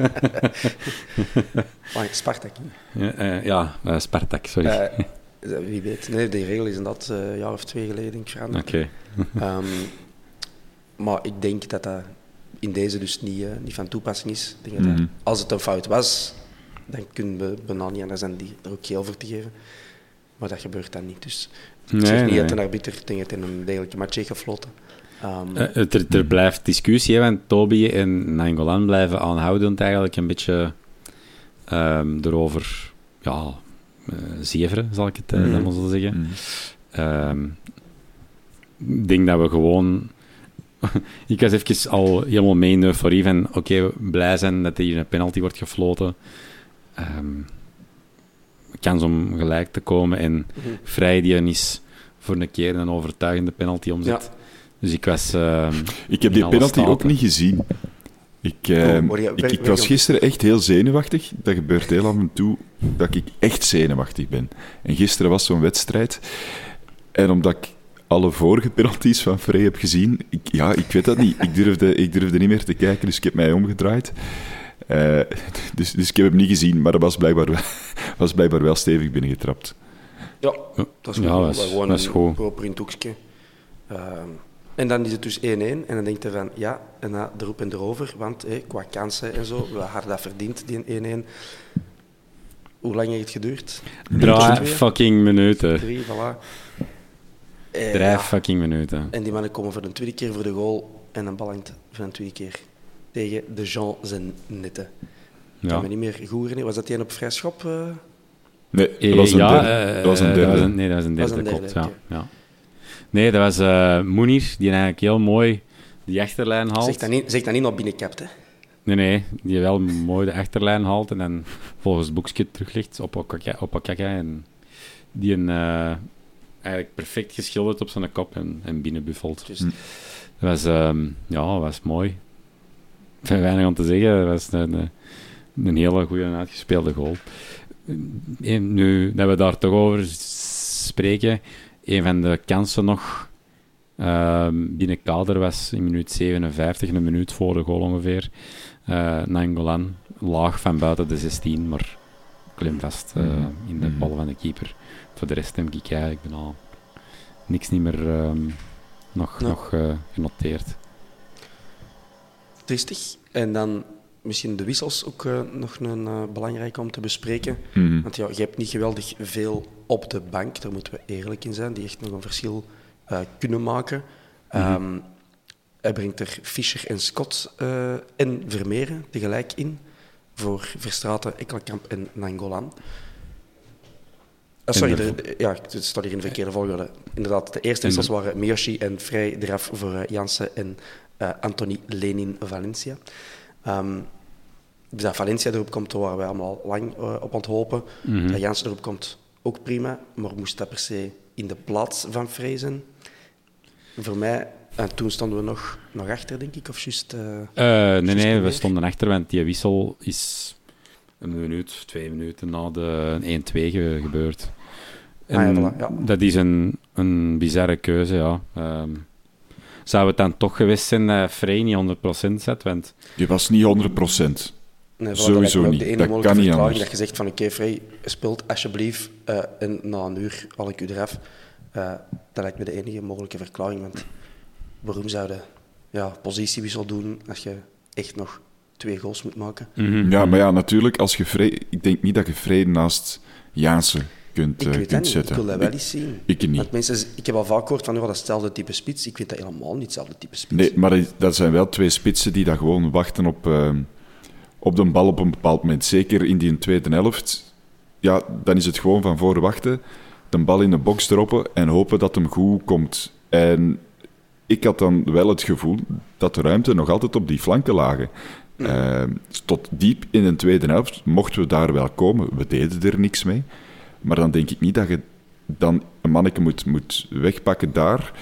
Spartak. Ja, uh, ja uh, Spartak, sorry. Uh, wie weet. Nee, die regel is inderdaad uh, een jaar of twee geleden denk ik, veranderd. Oké. Okay. um, Maar ik denk dat dat in deze dus niet, uh, niet van toepassing is. Ik denk dat mm-hmm. dat, als het een fout was, dan kunnen we bijna niet anders dan die er ook geel voor te geven. Maar dat gebeurt dan niet. Dus ik nee, zeg niet nee. dat een arbiter denk dat in een degelijke match heeft gefloten. Um, uh, er, er blijft discussie, hè, want Toby en Nainggolan blijven aanhoudend eigenlijk een beetje um, erover ja, uh, zeveren, zal ik het uh, mm-hmm. dan zo zeggen. Mm-hmm. Um, ik denk dat we gewoon... Ik was even al helemaal mee in de euforie van oké, okay, blij zijn dat er hier een penalty wordt gefloten. Um, kans om gelijk te komen en mm-hmm. Vrij die is voor een keer een overtuigende penalty omzet. Dus ik was... Uh, ik heb die penalty staten. ook niet gezien. Ik, uh, oh, je, ik, ik was gisteren echt heel zenuwachtig. Dat gebeurt heel af en toe dat ik echt zenuwachtig ben. En gisteren was zo'n wedstrijd. En omdat ik alle vorige penalties van Frey heb gezien... Ik, ja, ik weet dat niet. Ik durfde, ik durfde niet meer te kijken, dus ik heb mij omgedraaid. Uh, dus, dus ik heb hem niet gezien, maar dat was blijkbaar, was blijkbaar wel stevig binnengetrapt. Ja, dat is goed. Ja, dat is, gewoon dat is een proper in het hoekje. Uh, en dan is het dus één-één. En dan denkt hij van, ja, en dan erop en erover. Want hey, qua kansen en zo, we hadden dat verdiend, die één-één. Hoe lang heeft het geduurd? Drie fucking minuten. Drie, voilà. Eh, Drie ja. fucking minuten. En die mannen komen voor de tweede keer voor de goal. En een bal hangt voor de tweede keer tegen de Jean zijn netten. Ik kan me niet meer goed herinneren. Was dat die een op vrij schop? Uh... Nee, dat was een ja, derde. Uh, dat was een derde. Dat was een, nee, dat was een derde, dat was een klopt. derde, Ja. Okay. Ja. Nee, dat was uh, Moenier, die eigenlijk heel mooi die achterlijn haalt. Zeg dat niet, zeg dat niet nog binnenkapt, hè? Nee, nee, die wel mooi de achterlijn haalt en dan volgens het boekje terugligt op Okaka. En die een, uh, eigenlijk perfect geschilderd op zijn kop en, en binnenbuffelt. Hm. Dat was, um, ja, was mooi. Veel weinig om te zeggen. Dat was een, een, een hele goede en uitgespeelde goal. En nu dat we daar toch over spreken, een van de kansen nog uh, binnen kader was in minuut zevenenvijftig, een minuut voor de goal ongeveer. Uh, Nainggolan, laag van buiten de zestien, maar klimvast uh, in de bal van de keeper. Voor de rest heb ik eigenlijk bijna niks niet meer um, nog, ja. nog uh, genoteerd. Tristig. En dan misschien de wissels ook uh, nog een uh, belangrijke om te bespreken. Mm-hmm. Want ja, je hebt niet geweldig veel op de bank, daar moeten we eerlijk in zijn, die echt nog een verschil uh, kunnen maken. Mm-hmm. Um, hij brengt er Fischer en Scott uh, en Vermeeren tegelijk in voor Verstraeten, Ekkelenkamp en Nainggolan. Uh, sorry, de, ja, het staat hier in de verkeerde volgorde. Inderdaad, de eerste wissels waren Miyoshi en Vrij eraf voor uh, Jansen en uh, Anthony Lenin Valencia. Um, dus dat Valencia erop komt, daar waren wij allemaal lang uh, op aan het hopen. Mm-hmm. Dat Jansen erop komt, ook prima. Maar moest dat per se in de plaats van Vrij zijn? Voor mij, en toen stonden we nog, nog achter, denk ik, of juist... Uh, uh, nee, nee, we stonden achter, want die wissel is een minuut, twee minuten na de één-twee ge- gebeurd. En ah, ja, voilà, ja. Dat is een, een bizarre keuze, ja. Um, zou het dan toch geweest zijn dat Vrij niet honderd procent zet? Want... Die was niet honderd procent. Nee, voilà, sowieso dat niet. De ene dat mogelijke kan niet verklaring anders. dat je zegt van oké, okay, Vrij, speelt alsjeblieft uh, en na een uur haal ik u eraf. Uh, dat lijkt me de enige mogelijke verklaring. Want waarom zouden ja, positiewissel doen als je echt nog twee goals moet maken? Mm-hmm. Ja, maar ja, natuurlijk, als je Vrij... Ik denk niet dat je Vrij naast Jansen kunt, ik weet uh, kunt dat niet. zetten. Ik wil dat wel eens zien. Ik niet. Want mensen, ik heb al vaak gehoord van oh, dat is hetzelfde type spits. Ik vind dat helemaal niet hetzelfde type spits. Nee, maar dat zijn wel twee spitsen die dan gewoon wachten op, uh, op de bal op een bepaald moment. Zeker in die tweede helft. Ja, dan is het gewoon van voor wachten, de bal in de box droppen en hopen dat hem goed komt. En ik had dan wel het gevoel dat de ruimte nog altijd op die flanken lagen. Uh, tot diep in de tweede helft mochten we daar wel komen. We deden er niks mee. Maar dan denk ik niet dat je dan een manneke moet, moet wegpakken daar,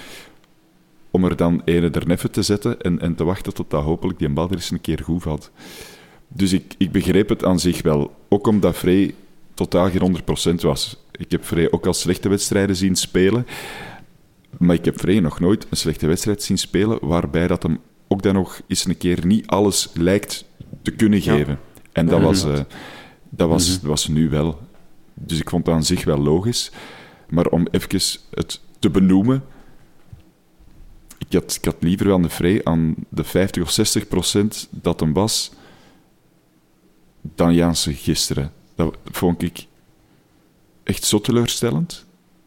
om er dan ene er neffen te zetten en, en te wachten tot dat hopelijk die bal er eens een keer goed valt. Dus ik, ik begreep het aan zich wel. Ook omdat Vrij totaal geen honderd procent was. Ik heb Vrij ook al slechte wedstrijden zien spelen. Maar ik heb Vrij nog nooit een slechte wedstrijd zien spelen, waarbij dat hem ook dan nog eens een keer niet alles lijkt te kunnen geven. Ja. En dat, ja, was, uh, dat, was, mm-hmm. dat was nu wel. Dus ik vond het aan zich wel logisch. Maar om even het te benoemen, ik had, ik had liever wel een Vrij aan de vijftig of zestig procent dat hem was, dan Jansen gisteren. Dat vond ik echt zo teleurstellend.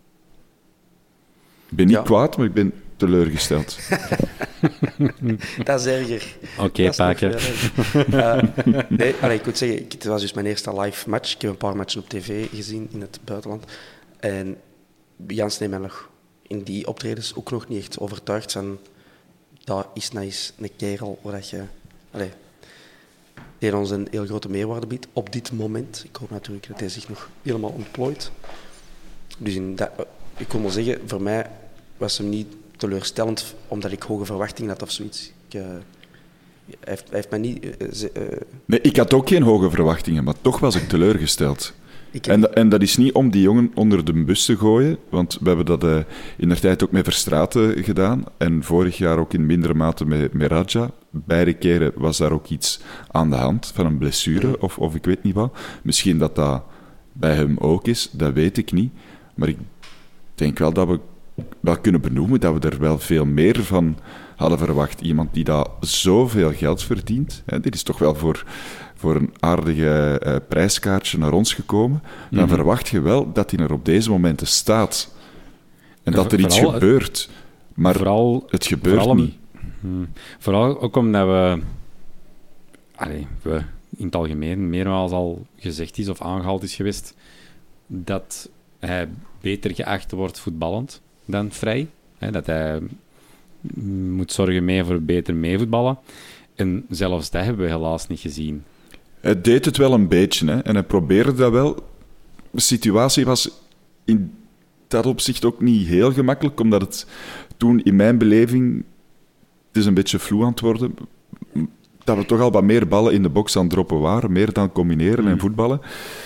Ik ben niet ja. kwaad, maar ik ben teleurgesteld. Dat is erger. Oké, okay, Paken. Uh, nee, allee, ik moet zeggen, het was dus mijn eerste live match. Ik heb een paar matchen op tv gezien in het buitenland. En Jans neemt mij nog in die optredens ook nog niet echt overtuigd van dat is nou eens een kerel waar dat je... Allee, die ons een heel grote meerwaarde biedt op dit moment. Ik hoop natuurlijk dat hij zich nog helemaal ontplooit. Dus in dat, ik wil maar zeggen, voor mij was hem niet teleurstellend omdat ik hoge verwachtingen had of zoiets. Ik, uh, hij, heeft, hij heeft mij niet... Uh, ze, uh, Nee, ik had ook geen hoge verwachtingen, maar toch was ik teleurgesteld. ik En, da- en dat is niet om die jongen onder de bus te gooien, want we hebben dat uh, in de tijd ook met Verstraeten gedaan en vorig jaar ook in mindere mate met, met Raja. Beide keren was daar ook iets aan de hand, van een blessure Ja. of, of ik weet niet wat. Misschien dat dat bij hem ook is, dat weet ik niet. Maar ik denk wel dat we wel kunnen benoemen dat we er wel veel meer van hadden verwacht. Iemand die daar zoveel geld verdient, hè, dit is toch wel voor... voor een aardige uh, prijskaartje naar ons gekomen, dan Mhm. verwacht je wel dat hij er op deze momenten staat. En Ja, dat er iets vooral- gebeurt. Maar Vooral, het gebeurt vooral om- niet. Hmm. Vooral ook omdat we, allee, we in het algemeen meermaals al gezegd is of aangehaald is geweest dat hij beter geacht wordt voetballend dan Vrij. Hè, dat hij moet zorgen mee voor beter meevoetballen. En zelfs dat hebben we helaas niet gezien. Hij deed het wel een beetje, hè, en hij probeerde dat wel. De situatie was in dat opzicht ook niet heel gemakkelijk, omdat het toen in mijn beleving, het is een beetje vloe aan het worden, dat we toch al wat meer ballen in de box aan het droppen waren, meer dan combineren en voetballen.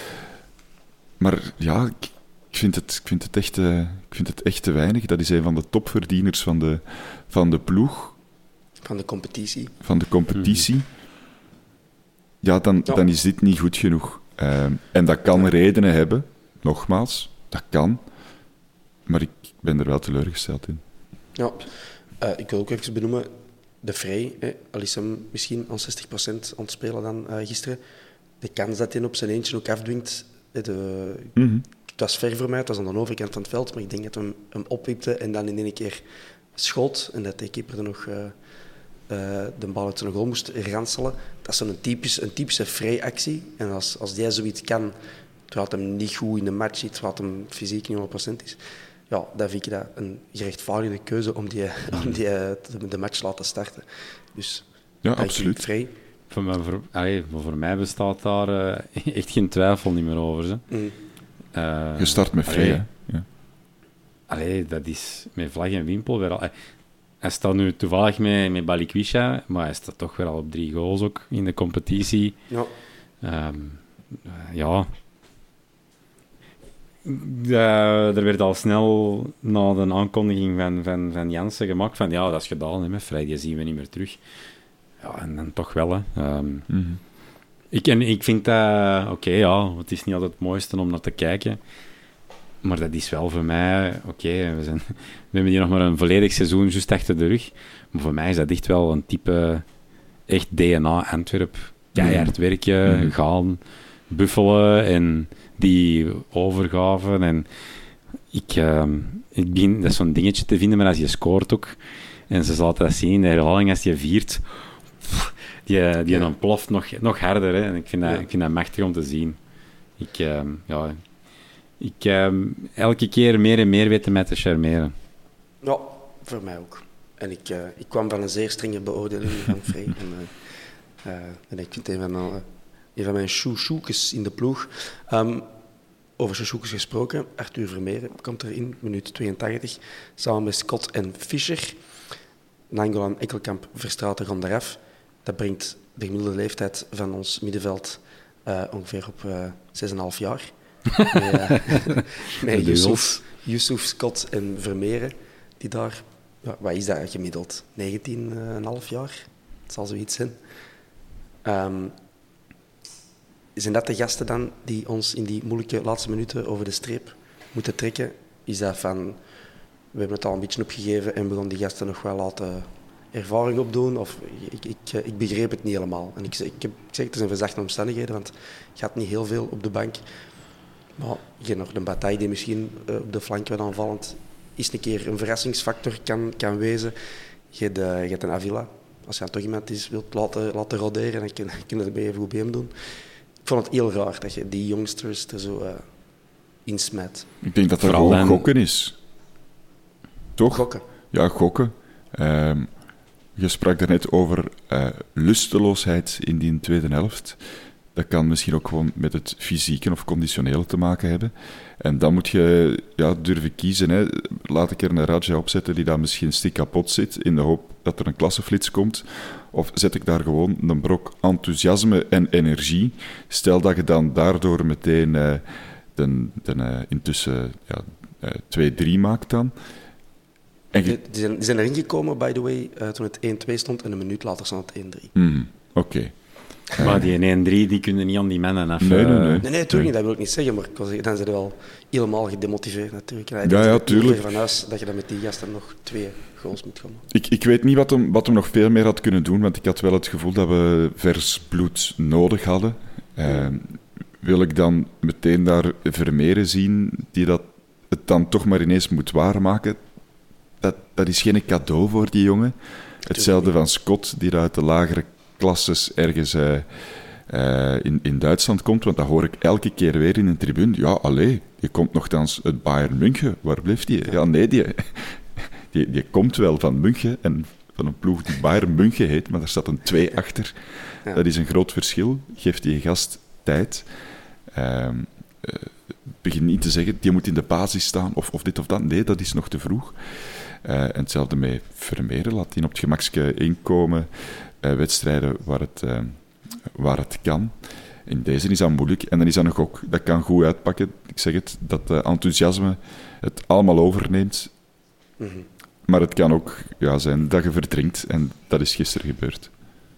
Maar ja, ik, ik, vind, het, ik, vind, het echt, eh, ik vind het echt te weinig. Dat is een van de topverdieners van de, van de ploeg, van de competitie. van de competitie. Ja, dan, Ja. dan is dit niet goed genoeg. Ehm, en dat kan redenen hebben, nogmaals, dat kan. Maar ik ben er wel teleurgesteld in. Ja, uh, ik wil ook even benoemen, de Vrij, hè, al is hem misschien aan zestig procent aan het spelen dan uh, gisteren, de kans dat hij op zijn eentje ook afdwingt, hè, de, Mhm. het was ver voor mij, het was aan de overkant van het veld, maar ik denk dat hij hem, hem opwipte en dan in één keer schoot en dat de keeper er nog uh, uh, de bal uit zijn goal moest ranselen. Dat is zo'n typisch, een typische Vrij-actie. En als, als die zoiets kan, terwijl het hem niet goed in de match zit, terwijl het hem fysiek niet honderd procent is, ja, dan vind ik dat een gerechtvaardigde keuze om die, om die uh, de, de match te laten starten. Dus Ja, dat absoluut. Vrij. Voor mij, voor, allee, voor mij bestaat daar uh, echt geen twijfel niet meer over. Hè. Mm. Uh, Je start met Vrij, allee, hè? Ja. Allee, dat is met vlag en wimpel weer al. Hij, hij staat nu toevallig met, met Balikwisha, maar hij staat toch weer al op drie goals ook in de competitie. Ja. Um, uh, ja. Uh, er werd al snel na de aankondiging van, van, van Jansen gemaakt van ja, dat is gedaan, hè, met Vrij, die zien we niet meer terug. Ja, en dan toch wel, hè. Um, Mm-hmm. ik, en ik vind dat... Oké, okay, ja, het is niet altijd het mooiste om naar te kijken. Maar dat is wel voor mij... Oké, okay, we, zijn, we hebben hier nog maar een volledig seizoen juist achter de rug. Maar voor mij is dat echt wel een type... Echt D N A Antwerp. Keihard werken, Mm-hmm. gaan, buffelen en die overgaven. En ik, uh, ik begin... Dat is zo'n dingetje te vinden, maar als je scoort ook... En ze laten dat zien in de herhaling, als je viert... Die, die Ja. ontploft nog, nog harder. Hè. En ik vind, dat, Ja. ik vind dat machtig om te zien. Ik, uh, ja, ik uh, elke keer meer en meer weten mij te charmeren. Ja, voor mij ook. En ik, uh, ik kwam van een zeer strenge beoordeling van Vrij. en, uh, uh, en ik vind een van, uh, een van mijn chouchoukes in de ploeg. Um, over chouchoukes gesproken, Arthur Vermeeren komt erin, minuut tweeëntachtig, samen met Scott en Fischer. Nainggolan, Ekkelkamp, Verstraeten gaan eraf. Dat brengt de gemiddelde leeftijd van ons middenveld uh, ongeveer op uh, zes komma vijf jaar. met uh, met Yusuf, Yusuf, Scott en Vermeeren, die daar... Ja, wat is dat gemiddeld? negentien komma vijf jaar? Het zal zoiets zijn. Um, zijn dat de gasten dan die ons in die moeilijke laatste minuten over de streep moeten trekken? Is dat van... We hebben het al een beetje opgegeven en we gaan die gasten nog wel laten ervaring opdoen? Of ik, ik, ik begreep het niet helemaal. En ik, ik, heb, ik zeg, het zijn verzachte omstandigheden, want je gaat niet heel veel op de bank. Maar je hebt nog de bataille die misschien uh, op de flank wat aanvallend is een keer een verrassingsfactor kan, kan wezen. Je hebt, uh, je hebt een Avila. Als je dan toch iemand is wilt laten, laten roderen, dan kun, kun je dat even goed bij hem doen. Ik vond het heel raar dat je die youngsters er zo uh, insmet. Ik denk dat dat Vooral gewoon en- gokken is. Toch? Gokken. Ja, gokken. Um, je sprak daarnet over uh, lusteloosheid in die tweede helft. Dat kan misschien ook gewoon met het fysieke of conditionele te maken hebben. En dan moet je ja, durven kiezen. Hè. Laat ik er een Radja opzetten die dan misschien stik kapot zit, in de hoop dat er een klasseflits komt. Of zet ik daar gewoon een brok enthousiasme en energie. Stel dat je dan daardoor meteen uh, de, de, uh, intussen ja, uh, twee drie maakt dan. En je... die, die, zijn, die zijn erin gekomen, by the way, uh, toen het één twee stond en een minuut later stond het één drie. Mm, Oké. Okay. Maar die één drie, die kunnen niet aan die mannen af. Nee, nee, nee. Nee, nee, natuurlijk niet, dat wil ik niet zeggen, maar ik was, dan zijn ze wel helemaal gedemotiveerd natuurlijk. En ja, ja, tuurlijk. Van huis dat je dan met die gasten nog twee goals moet gaan maken. Ik, ik weet niet wat hem, wat hem nog veel meer had kunnen doen, want ik had wel het gevoel dat we vers bloed nodig hadden. Uh, wil ik dan meteen daar Vermeeren zien, die dat het dan toch maar ineens moet waarmaken? Dat, dat is geen cadeau voor die jongen. Hetzelfde van Scott, die uit de lagere klasses ergens uh, uh, in, in Duitsland komt, want dat hoor ik elke keer weer in een tribune. Ja, allee, die komt nogthans uit Bayern München. Waar blijft die? Ja, nee, die, die, die komt wel van München en van een ploeg die Bayern München heet, maar daar staat een twee achter. Ja. Dat is een groot verschil. Geeft die gast tijd. Uh, uh, begin niet te zeggen, die moet in de basis staan, of, of dit of dat. Nee, dat is nog te vroeg. Uh, en hetzelfde met Vermeeren. Laat die op het gemakske inkomen. Uh, wedstrijden waar het, uh, waar het kan. In deze is dat moeilijk. En dan is dat nog ook, dat kan goed uitpakken. Ik zeg het, dat uh, enthousiasme het allemaal overneemt. Mm-hmm. Maar het kan ook ja, zijn dat je verdrinkt. En dat is gisteren gebeurd.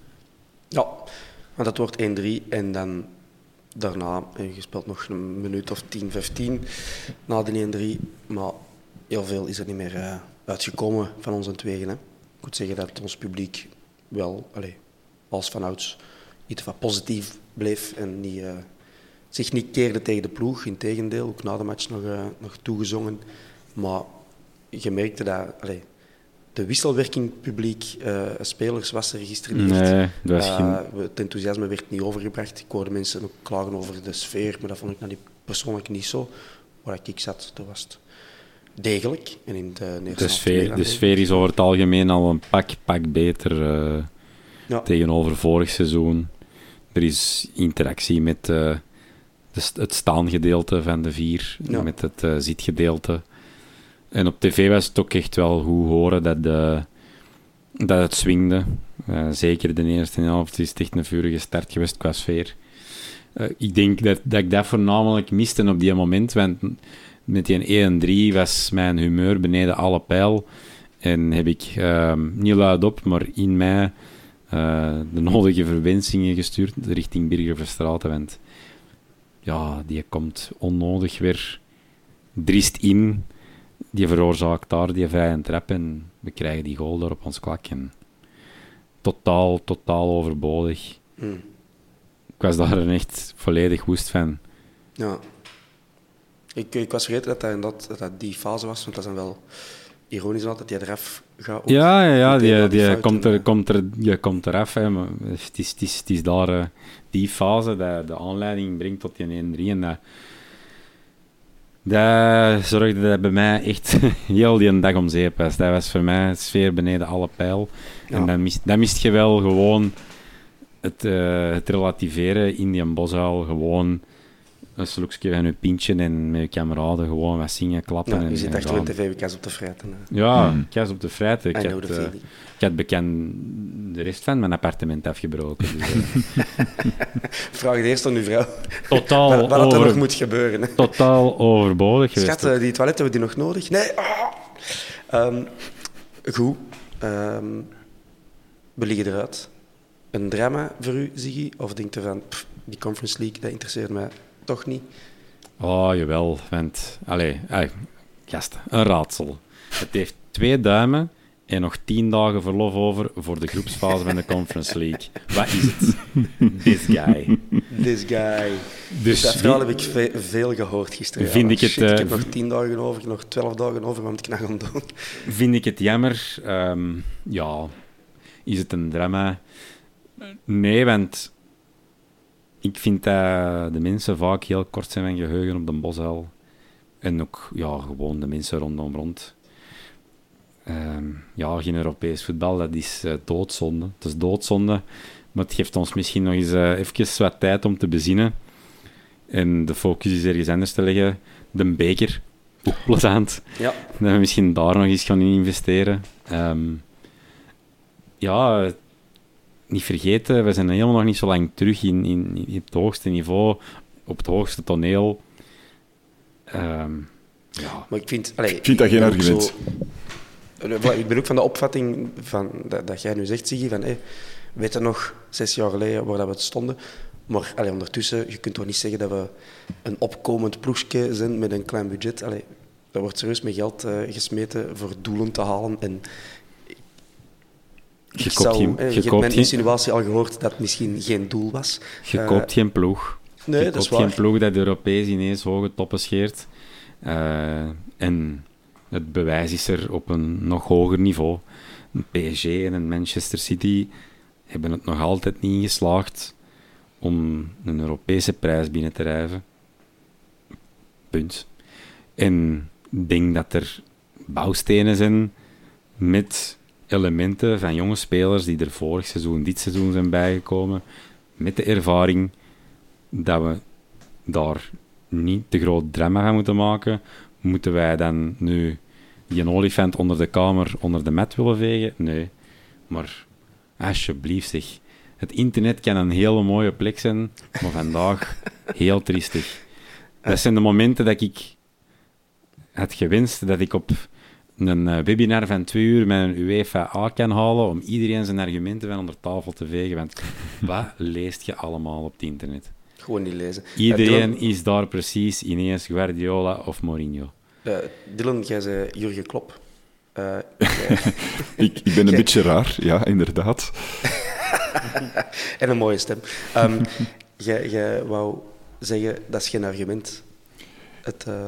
Ja, want dat wordt één drie. En dan daarna, je speelt nog een minuut of tien, vijftien na de één drie. Maar heel veel is er niet meer uh, uitgekomen van ons tweeën. Hè. Ik moet zeggen dat ons publiek wel, allez, als vanouds, iets wat positief bleef en niet, uh, zich niet keerde tegen de ploeg. Integendeel, ook na de match nog, uh, nog toegezongen. Maar je merkte dat allez, de wisselwerking publiek-spelers uh, was er gisteren niet. Nee, dat was uh, geen... Het enthousiasme werd niet overgebracht. Ik hoorde mensen ook klagen over de sfeer, maar dat vond ik nou niet, persoonlijk niet zo. Waar ik zat, toen was het degelijk. En in de, de, sfeer, de sfeer is over het algemeen al een pak, pak beter uh, ja. tegenover vorig seizoen. Er is interactie met uh, de, het staangedeelte van de vier, ja. met het uh, zitgedeelte. En op tv was het ook echt wel goed horen dat, de, dat het swingde. Uh, zeker de eerste helft is het echt een vurige start geweest qua sfeer. Uh, ik denk dat, dat ik dat voornamelijk miste op die moment, want met die één drie was mijn humeur beneden alle pijl. En heb ik uh, niet luidop, maar in mij uh, de nodige verwensingen gestuurd richting Birger-Verstraeten. Want ja, die komt onnodig weer driest in. Die veroorzaakt daar die vrije trap en we krijgen die goal daar op ons klak. En totaal, totaal overbodig. Mm. Ik was daar echt volledig woest van. Ja. Ik, ik was vergeten dat dat, dat dat die fase was, want dat is dan wel ironisch altijd, dat hij eraf gaat. Ja, ja, ja die, die, die komt, er, komt, er, die komt eraf. Hè, maar het, is, het, is, het is daar uh, die fase dat de aanleiding brengt tot die één drie. En dat, dat zorgde dat bij mij echt heel die dag om zeep was. Dat was voor mij sfeer beneden alle pijl. Ja. En dan mist, dan mist je wel gewoon het, uh, het relativeren in die boshuil. Gewoon een slokje van je pintje en met je kameraden gewoon wat zingen, klappen. Ja, je en, zit en echt wel in tv, kas op de fruiten. Ja, mm. kas op de fruiten. Ik, had, uh, ik had bekend de rest van mijn appartement afgebroken. Dus, uh. Vraag het eerst aan uw vrouw. Totaal wat, wat over, er nog moet gebeuren. Hè. Totaal overbodig geweest. Schat, die toiletten hebben we die nog nodig? Nee. Oh. Um, goed. Um, we liggen eruit. Een drama voor u, Ziggy? Of denkt u van, pff, die Conference League, dat interesseert mij toch niet? Oh, jawel. Want, allee, allee, gasten, een raadsel. Het heeft twee duimen en nog tien dagen verlof over voor de groepsfase van de Conference League. Wat is het? This guy. This guy. Dus dat verhaal heb ik ve- veel gehoord gisteren. Vind ja. ik, het, Shit, ik heb uh, nog tien dagen over, nog twaalf dagen over, wat moet ik nou gaan doen? Vind ik het jammer? Um, ja. Is het een drama? Nee, want ik vind dat de mensen vaak heel kort zijn van geheugen op de Bosuil. En ook ja, gewoon de mensen rondom rond. Um, ja, geen Europees voetbal, dat is uh, doodzonde. Het is doodzonde. Maar het geeft ons misschien nog eens uh, even wat tijd om te bezinnen. En de focus is ergens anders te leggen. De beker, ook plezant. Ja. Dat we misschien daar nog eens gaan in investeren. Um, ja, niet vergeten, we zijn helemaal nog niet zo lang terug in, in, in het hoogste niveau, op het hoogste toneel. Um, ja. Maar ik vind... Allee, ik vind dat geen argument. Zo, ik ben ook van de opvatting van, dat, dat jij nu zegt, Siggy, van... Hey, weet je nog, zes jaar geleden, waar dat we stonden... Maar allee, ondertussen, je kunt toch niet zeggen dat we een opkomend ploegje zijn met een klein budget. Allee, er wordt serieus met geld uh, gesmeten voor doelen te halen. En je ik zou, geen, eh, je je hebt mijn geen, insinuatie al gehoord dat het misschien geen doel was. Je uh, koopt geen ploeg. Nee, je dat is koopt waar. geen ploeg dat Europees ineens hoge toppen scheert. Uh, en het bewijs is er op een nog hoger niveau. Een P S G en een Manchester City hebben het nog altijd niet geslaagd om een Europese prijs binnen te rijven. Punt. En ik denk dat er bouwstenen zijn met elementen van jonge spelers die er vorig seizoen, dit seizoen zijn bijgekomen, met de ervaring dat we daar niet te groot drama van moeten maken. Moeten wij dan nu die een olifant onder de kamer, onder de mat willen vegen? Nee. Maar alsjeblieft zeg. Het internet kan een hele mooie plek zijn, maar vandaag heel triestig. Dat zijn de momenten dat ik had gewenst dat ik op een webinar van twee uur met een UEFA A kan halen om iedereen zijn argumenten van onder tafel te vegen. Want wat leest je allemaal op het internet? Gewoon niet lezen. Iedereen uh, Dylan, is daar precies ineens Guardiola of Mourinho. Uh, Dylan, jij zei Jurgen Klopp. Uh, ik, ik ben een beetje raar, ja, inderdaad. En een mooie stem. Um, jij, jij wou zeggen, dat is geen argument. Het, uh,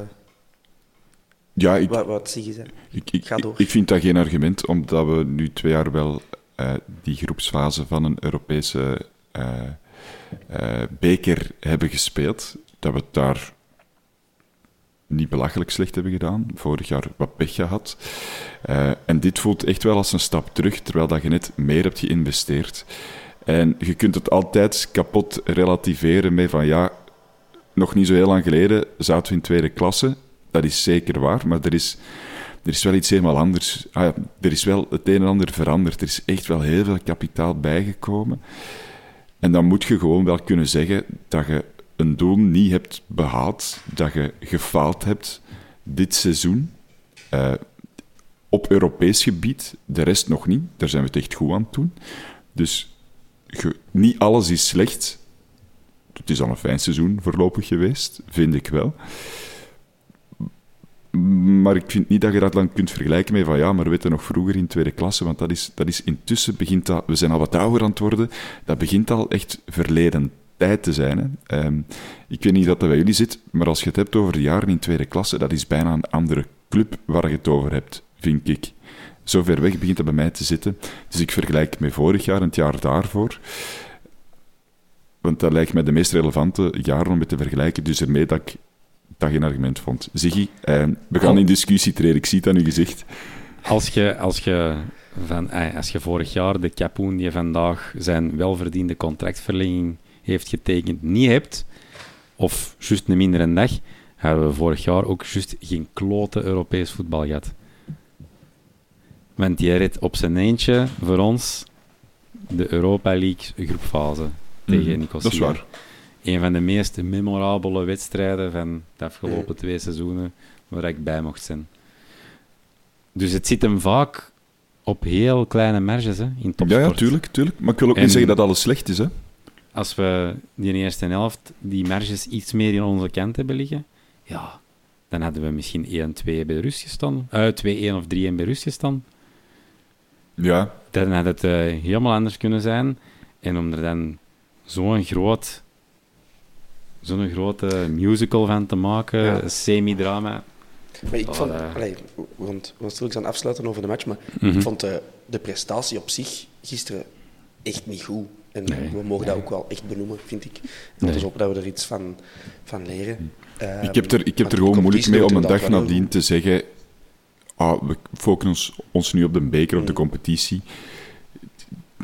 ja, ik, wat, wat zie je zeggen? Ik, ik, Ga door. Ik vind dat geen argument, omdat we nu twee jaar wel uh, die groepsfase van een Europese uh, uh, beker hebben gespeeld. Dat we het daar niet belachelijk slecht hebben gedaan. Vorig jaar wat pech gehad. Uh, en dit voelt echt wel als een stap terug, terwijl dat je net meer hebt geïnvesteerd. En je kunt het altijd kapot relativeren met van ja, nog niet zo heel lang geleden zaten we in tweede klasse. Dat is zeker waar, maar er is, er is wel iets helemaal anders. Ah ja, er is wel het een en ander veranderd. Er is echt wel heel veel kapitaal bijgekomen. En dan moet je gewoon wel kunnen zeggen dat je een doel niet hebt behaald, dat je gefaald hebt dit seizoen. Uh, op Europees gebied, de rest nog niet. Daar zijn we het echt goed aan het doen. Dus ge, niet alles is slecht. Het is al een fijn seizoen voorlopig geweest, vind ik wel. Maar ik vind niet dat je dat dan kunt vergelijken met van ja, maar we weten nog vroeger in tweede klasse, want dat is, dat is intussen begint dat, we zijn al wat ouder aan het worden, dat begint al echt verleden tijd te zijn. Hè. Um, ik weet niet dat dat bij jullie zit, maar als je het hebt over de jaren in tweede klasse, dat is bijna een andere club waar je het over hebt, vind ik. Zo ver weg begint dat bij mij te zitten. Dus ik vergelijk met vorig jaar en het jaar daarvoor. Want dat lijkt mij de meest relevante jaren om mee te vergelijken. Dus ermee dat ik dat geen argument vond. Ziggy, eh, we gaan in discussie treden. Ik zie het aan uw gezicht. Als je, als je, van, als je vorig jaar de Kapoen die vandaag zijn welverdiende contractverlenging heeft getekend, niet hebt, of juist een mindere dag, hebben we vorig jaar ook juist geen klote Europees voetbal gehad. Want die redt op zijn eentje voor ons de Europa League groepfase tegen Nicosia. Dat is waar. Een van de meest memorabele wedstrijden van de afgelopen twee seizoenen waar ik bij mocht zijn. Dus het zit hem vaak op heel kleine marges hè, in topsport. Ja, ja, tuurlijk, tuurlijk. Maar ik wil ook en niet zeggen dat alles slecht is. Hè? Als we die eerste helft die marges iets meer in onze kant hebben liggen, ja, dan hadden we misschien één twee bij de rust gestaan. Uh, twee een of drie een bij rust gestaan. Ja. Dan had het uh, helemaal anders kunnen zijn. En om er dan zo'n groot... zo'n grote musical van te maken, ja. Semi-drama. Maar ik oh, vond, uh... allee, we gaan straks aan afsluiten over de match, maar mm-hmm. ik vond de, de prestatie op zich gisteren echt niet goed. En nee. we mogen dat ook wel echt benoemen, vind ik. En nee. het is op dat we er iets van, van leren. Um, ik heb er, ik heb er gewoon moeilijk mee om een dag nadien te zeggen ah, we focussen ons, ons nu op de beker, op de competitie.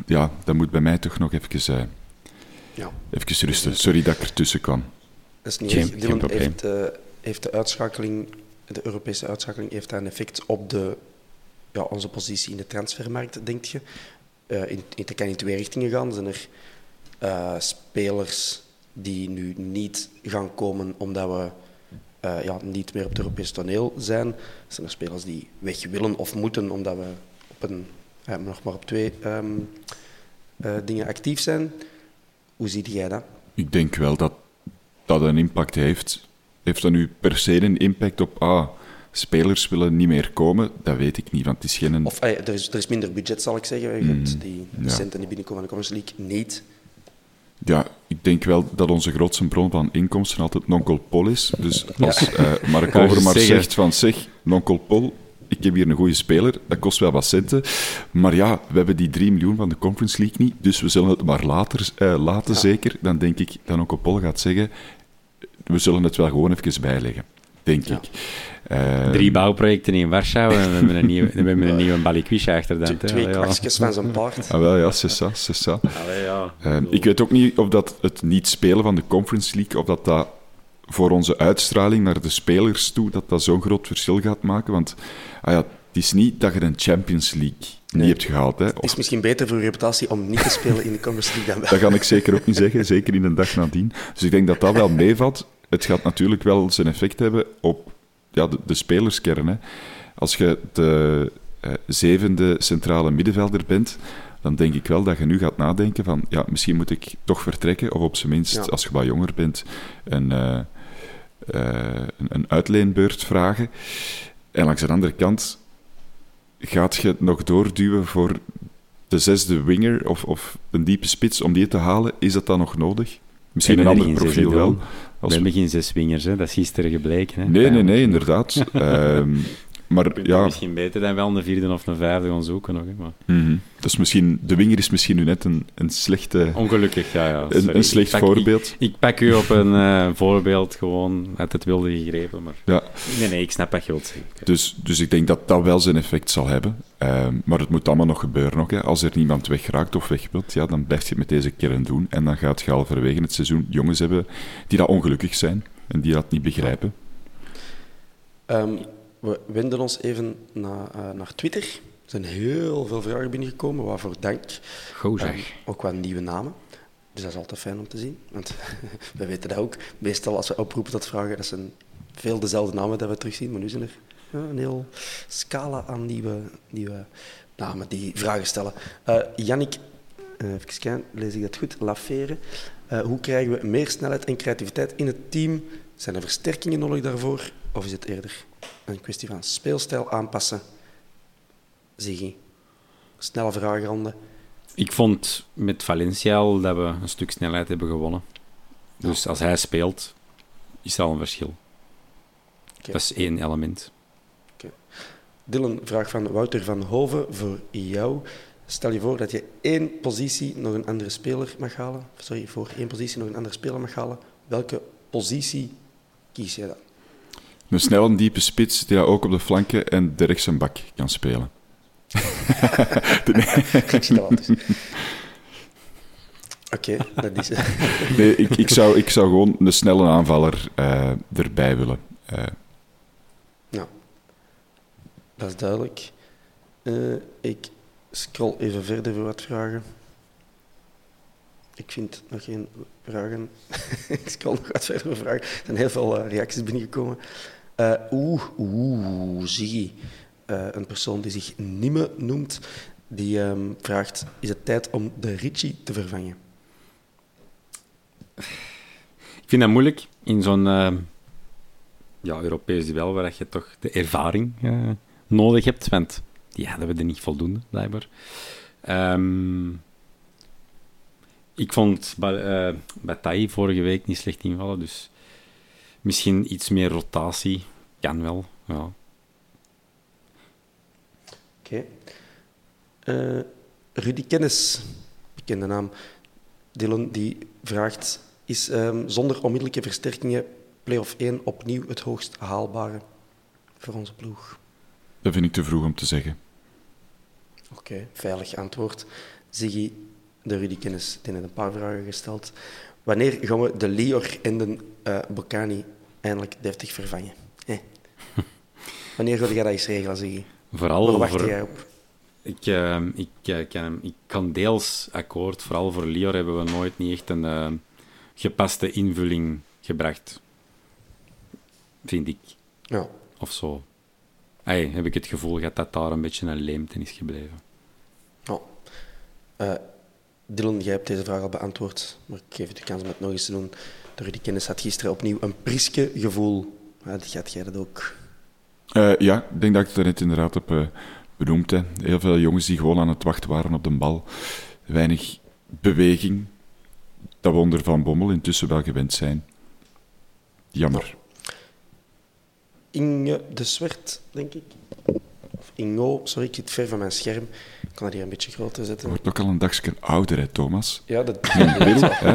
ja, dat moet bij mij toch nog even, uh, ja. even rusten. Sorry dat ik ertussen kwam. Dat is niet Geen, erg. geen Dylan probleem. heeft, uh, heeft de uitschakeling, de Europese uitschakeling, heeft daar een effect op de, ja, onze positie in de transfermarkt, denk je? Uh, in, het kan in twee richtingen gaan. Zijn er uh, spelers die nu niet gaan komen omdat we uh, ja, niet meer op het Europese toneel zijn? Zijn er spelers die weg willen of moeten omdat we op een, uh, nog maar op twee um, uh, dingen actief zijn? Hoe zie jij dat? Ik denk wel dat dat een impact heeft. Heeft dat nu per se een impact op... Ah, spelers willen niet meer komen? Dat weet ik niet, want het is geen... Of uh, er, is, er is minder budget, zal ik zeggen. Je hebt Mm, die ja. centen die binnenkomen aan de Conference League niet. Ja, ik denk wel dat onze grootste bron van inkomsten altijd Nonkel Paul is. Dus als uh, Mark Overmars zeggen. zegt van... Zeg, Nonkel Paul, ik heb hier een goede speler. Dat kost wel wat centen. Maar ja, we hebben die drie miljoen van de Conference League niet. Dus we zullen het maar later uh, laten, Ja. zeker. Dan denk ik dat Nonkel Paul gaat zeggen... We zullen het wel gewoon even bijleggen. Denk Ja. ik. Uh, Drie bouwprojecten in Warschau en we hebben een nieuwe, we hebben een nieuwe Balikwisha achter Twee, dat. twee kwakjes van zijn paard. Ah, wel, ja, c'est ça, c'est ça. Allee, ja. Uh, ik weet ook niet of dat het niet spelen van de Conference League, of dat dat voor onze uitstraling naar de spelers toe, dat dat zo'n groot verschil gaat maken. Want ah ja, het is niet dat je een Champions League niet Nee. hebt gehaald. Hè. Het is Of, misschien beter voor je reputatie om niet te spelen in de Conference League dan wel. dat kan ik zeker ook niet zeggen, zeker in de dag nadien. Dus ik denk dat dat wel meevalt. Het gaat natuurlijk wel zijn effect hebben op ja, de, de spelerskern. Hè. Als je de uh, zevende centrale middenvelder bent, dan denk ik wel dat je nu gaat nadenken van, ja, misschien moet ik toch vertrekken, of op zijn minst, Ja. als je wat jonger bent, een, uh, uh, een, een uitleenbeurt vragen. En langs de andere kant gaat je het nog doorduwen voor de zesde winger of, of een diepe spits om die te halen. Is dat dan nog nodig? Misschien een We hebben ander er geen profiel zes, wel. Dylan. Als- We hebben geen zes wingers, hè. Dat is gisteren gebleken. Hè. Nee, nee, nee, inderdaad. um, maar Ja. ja, Misschien beter dan wel een vierde of een vijfde gaan zoeken nog. Hè. Maar... mhm. dat is misschien, de winger is misschien nu net een, een, slechte, Ongelukkig, ja. ja. een, Sorry. een slecht Ik pak- voorbeeld. Ik, ik pak u op een uh, voorbeeld gewoon uit het wilde gegrepen. Maar... Ja, Nee, nee, ik snap wat je wilt zeggen. Oké. dus, dus ik denk dat dat wel zijn effect zal hebben. Um, maar het moet allemaal nog gebeuren. Ook, hè. Als er niemand weggeraakt of weg wilt, ja, dan blijf je het met deze kern doen. En dan gaat je halverwege het seizoen jongens hebben die dat ongelukkig zijn en die dat niet begrijpen. Um, we wenden ons even na, uh, naar Twitter. Er zijn heel veel vragen binnengekomen, waarvoor dank. Goed zeg. Um, ook wat nieuwe namen. Dus dat is altijd fijn om te zien. Want we weten dat ook. Meestal als we oproepen tot vragen, dat zijn veel dezelfde namen dat we terugzien. Maar nu zijn er ja, een heel scala aan nieuwe, nieuwe namen die vragen stellen. Uh, Yannick, uh, even kijken, lees ik dat goed? Lafere. Uh, hoe krijgen we meer snelheid en creativiteit in het team? Zijn er versterkingen nodig daarvoor? Of is het eerder een kwestie van speelstijl aanpassen? Ziggy, snelle vragenronde. Ik vond met Valencia al dat we een stuk snelheid hebben gewonnen. Dus als hij speelt, is er al een verschil. Okay. Dat is één element. Dylan, vraag van Wouter van Hoven voor jou. Stel je voor dat je één positie nog een andere speler mag halen. Sorry, voor één positie nog een andere speler mag halen. Welke positie kies jij dan? Een snelle, diepe spits die dat ook op de flanken en de rechts een bak kan spelen. Ik stel het dus. Oké, okay, dat is het. Nee, ik, ik, zou, ik zou gewoon een snelle aanvaller uh, erbij willen. Uh. Nou, dat is duidelijk. Uh, ik scroll even verder voor wat vragen. Ik vind nog geen vragen. Ik scroll nog wat verder voor vragen. Er zijn heel veel uh, reacties binnengekomen. Uh, oeh, oeh, zie. Uh, een persoon die zich Nimme noemt, die um, vraagt, is het tijd om de Ritchie te vervangen? Ik vind dat moeilijk in zo'n uh, ja, Europees duel waar je toch de ervaring uh, nodig hebt, want die hadden we er niet voldoende, blijkbaar. Um, ik vond uh, Bataille vorige week niet slecht invallen, dus misschien iets meer rotatie kan wel, ja. Oké. Okay. Uh, Rudy Kennis, bekende naam. Dylan die vraagt, is um, zonder onmiddellijke versterkingen play-off één opnieuw het hoogst haalbare voor onze ploeg? Dat vind ik te vroeg om te zeggen. Oké, okay, veilig antwoord. Ziggy, de Rudy Kennis, die heeft een paar vragen gesteld. Wanneer gaan we de Lior en de uh, Bocani eindelijk deftig vervangen? Eh. Wanneer ga jij dat eens regelen, Ziggy? Vooral Waar wacht voor... jij op? Ik, uh, ik, uh, kan hem, ik kan deels akkoord. Vooral voor Lior hebben we nooit niet echt een uh, gepaste invulling gebracht. Vind ik. Ja. Of zo. Hey, heb ik het gevoel gehad dat daar een beetje een leemte is gebleven. Oh. Uh, Dylan, jij hebt deze vraag al beantwoord, maar ik geef je de kans om het nog eens te doen. De Rudy Kennis had gisteren opnieuw een priske gevoel. Uh, gaat jij dat ook? Uh, ja, ik denk dat ik het er net inderdaad heb uh, benoemd. Hè. Heel veel jongens die gewoon aan het wachten waren op de bal. Weinig beweging. Dat we onder Van Bommel intussen wel gewend zijn. Jammer. Oh. Inge de Zwert, denk ik. Of Ingo, sorry, ik zit ver van mijn scherm. Ik kan dat hier een beetje groter zetten. Je wordt ook al een dagje ouder, hè, Thomas? Ja, dat is Wil, hè?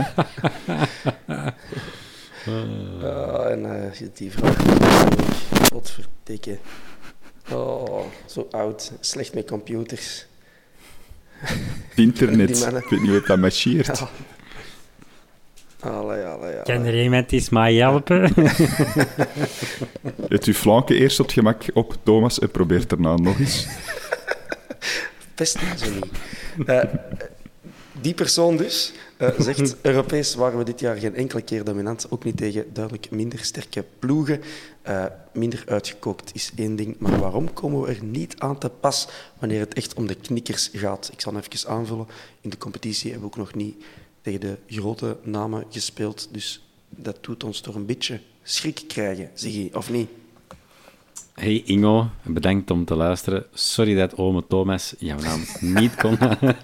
uh, En uh, die vraag. Godverdikke. Oh, zo oud. Slecht met computers. Het internet. Ik weet niet wat dat marcheert. Ja. Allee, allee, allee. Kan er iemand eens mij helpen? Zet uw flanken eerst op het gemak op, Thomas, en probeer daarna nog eens. Pest me zo niet. Uh, die persoon dus uh, zegt, Europees waren we dit jaar geen enkele keer dominant, ook niet tegen duidelijk minder sterke ploegen. Uh, minder uitgekookt is één ding, maar waarom komen we er niet aan te pas wanneer het echt om de knikkers gaat? Ik zal even aanvullen. In de competitie hebben we ook nog niet tegen de grote namen gespeeld, dus dat doet ons toch een beetje schrik krijgen, zeg je, of niet? Hey Ingo, bedankt om te luisteren. Sorry dat ome Thomas jouw naam niet kon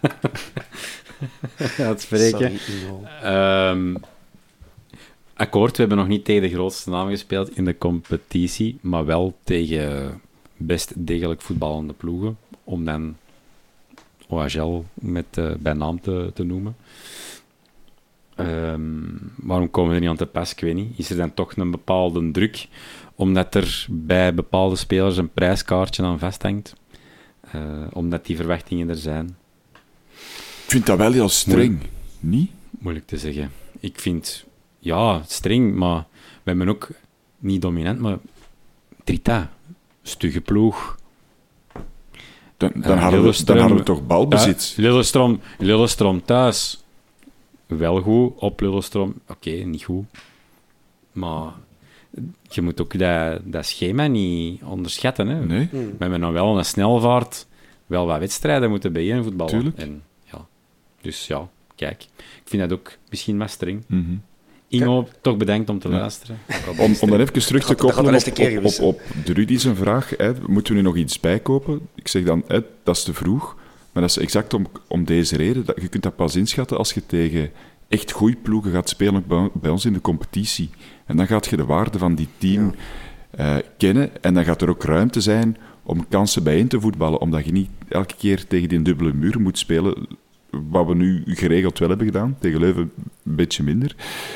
uitspreken. Sorry, Ingo. Um, akkoord, we hebben nog niet tegen de grootste namen gespeeld in de competitie, maar wel tegen best degelijk voetballende ploegen, om dan O H L met, uh, bij naam te, te noemen. Um, waarom komen we er niet aan te pas? Ik weet niet. Is er dan toch een bepaalde druk, omdat er bij bepaalde spelers een prijskaartje aan vasthangt? Uh, omdat die verwachtingen er zijn. Ik vind dat wel heel streng, Moeilijk. Niet? Moeilijk te zeggen. Ik vind, ja, streng, maar we hebben ook niet dominant, maar Trita, stugge ploeg. Dan, dan, uh, hadden, we, dan hadden we toch balbezit. Uh, Lillestrøm, Lillestrøm thuis. Wel goed, op Lillestrøm, oké, okay, niet goed. Maar je moet ook dat, dat schema niet onderschatten. Hè. Nee. We hebben dan wel een snelvaart, wel wat wedstrijden moeten bijeenvoetballen. Tuurlijk. En, ja. Dus ja, kijk. Ik vind dat ook misschien maar streng. Mm-hmm. Ingo, Kijk. toch bedankt om te ja. luisteren. Om, om dan even terug te koppelen op, op, op, op de Rudy's vraag. Hè, moeten we nu nog iets bijkopen? Ik zeg dan, hè, dat is te vroeg. Maar dat is exact om, om deze reden. Dat, je kunt dat pas inschatten als je tegen echt goede ploegen gaat spelen bij, bij ons in de competitie. En dan gaat je de waarde van die team ja. uh, kennen. En dan gaat er ook ruimte zijn om kansen bijeen te voetballen. Omdat je niet elke keer tegen die dubbele muur moet spelen. Wat we nu geregeld wel hebben gedaan. Tegen Leuven een beetje minder.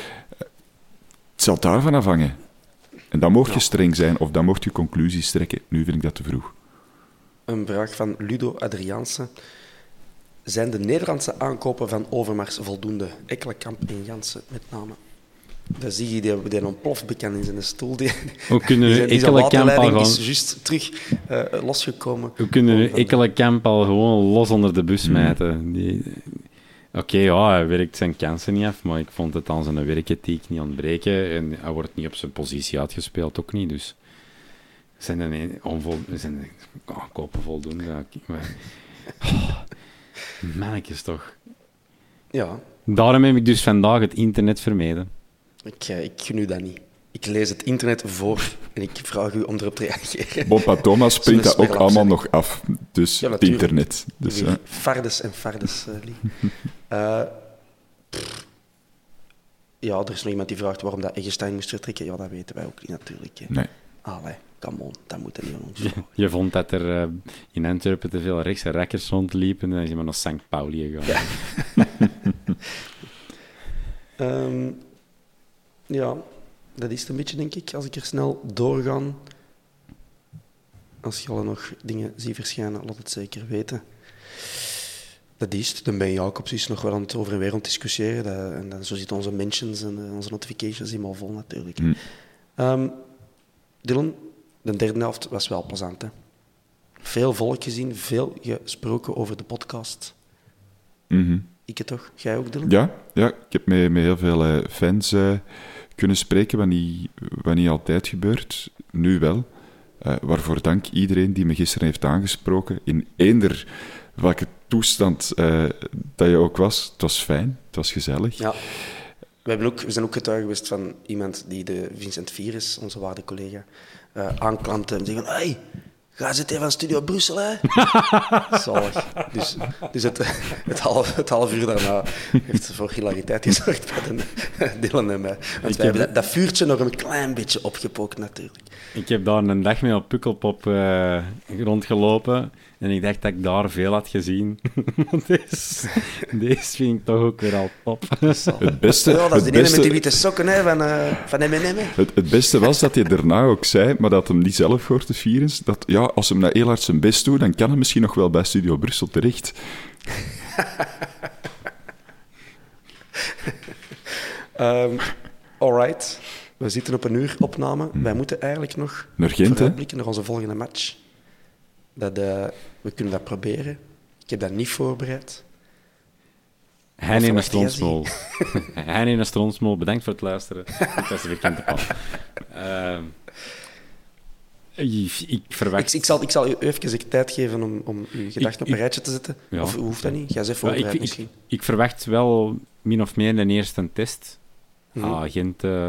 Het zal daarvan afhangen. En dan mocht je streng zijn of dan mocht je conclusies trekken. Nu vind ik dat te vroeg. Een vraag van Ludo Adriaanse. Zijn de Nederlandse aankopen van Overmars voldoende? Ekkelenkamp en Jansen met name. Dat zie je, die, die ontploft bekend in zijn stoel. Die, Hoe kunnen we Ekkelenkamp al gewoon... is juist terug uh, losgekomen. Hoe kunnen we Ekkelenkamp al gewoon los onder de bus smijten? Hmm. Die... Oké, okay, ja, hij werkt zijn kansen niet af, maar ik vond het aan zijn werkethiek niet ontbreken. En hij wordt niet op zijn positie uitgespeeld, ook niet, dus... Zijn er onvol... Zijn er... Oh, kopen voldoende. Oh, mannetjes toch. Ja. Daarom heb ik dus vandaag het internet vermeden. Ik, ik gun u dat niet. Ik lees het internet voor en ik vraag u om erop te reageren. Bob Thomas springt dat ook allemaal nog af. Dus ja, het internet. Dus, ja. Fardes en fardes. Uh, uh, ja, er is nog iemand die vraagt waarom dat Eggestein moest vertrekken. Ja, dat weten wij ook niet natuurlijk. Hè. Nee. Allee, come on, dat moet er niet aan ons. Je, je vond dat er uh, in Antwerpen te veel rechtse rakkers rondliepen en dan is je maar naar Sankt Pauli gegaan. Ja. um, ja, dat is het een beetje, denk ik, als ik er snel doorga. Als je al nog dingen ziet verschijnen, laat het zeker weten. Dat is het. De Ben Jacobs is nog wel aan het over en weer aan het discussiëren. Dat, en dan, zo zitten onze mentions en uh, onze notifications helemaal vol natuurlijk. Mm. Um, Dylan, de derde helft was wel plezant. Hè? Veel volk gezien, veel gesproken over de podcast. Mm-hmm. Ik het toch? Jij ook, Dylan? Ja, ja, ik heb met, met heel veel uh, fans uh, kunnen spreken, wat niet, wat niet altijd gebeurt. Nu wel. Uh, waarvoor dank iedereen die me gisteren heeft aangesproken. In eender welke toestand uh, dat je ook was. Het was fijn, het was gezellig. Ja. We, hebben ook, we zijn ook getuige geweest van iemand die de Vincent Virus, onze waarde collega, uh, aanklampte en zei van hey, ga zitten van Studio Brussel, hè? Zalig. Dus, dus het, het, half, het half uur daarna heeft voor hilariteit gezorgd bij de Dylan en mij. Want wij hebben dat, dat vuurtje nog een klein beetje opgepookt, natuurlijk. Ik heb daar een dag mee op Pukkelpop uh, rondgelopen en ik dacht dat ik daar veel had gezien. deze, deze vind ik toch ook weer al top. Het beste, ja, dat is het die ene beste, met die witte sokken hè, van, uh, van M en M. Het, het beste was dat hij daarna ook zei, maar dat hem niet zelf hoort te vieren, dat ja, als hem nou heel hard zijn best doet, dan kan hij misschien nog wel bij Studio Brussel terecht. um, Alright. We zitten op een uur opname. Hmm. Wij moeten eigenlijk nog naar Gent, vooruitblikken naar onze volgende match. Dat, uh, we kunnen dat proberen. Ik heb dat niet voorbereid. Hij neemt een stronsmol. Hij neemt een stronsmol. Bedankt voor het luisteren. Ik was de verkende pan. Uh, ik, ik verwacht... Ik, ik, zal, ik zal u even tijd geven om, om uw gedachten op een rijtje te zetten. Ja. Of hoeft dat niet? Ga eens even voorbereid ik, misschien. Ik, ik verwacht wel min of meer een eerste test. Hmm. Ah, Gent... Uh,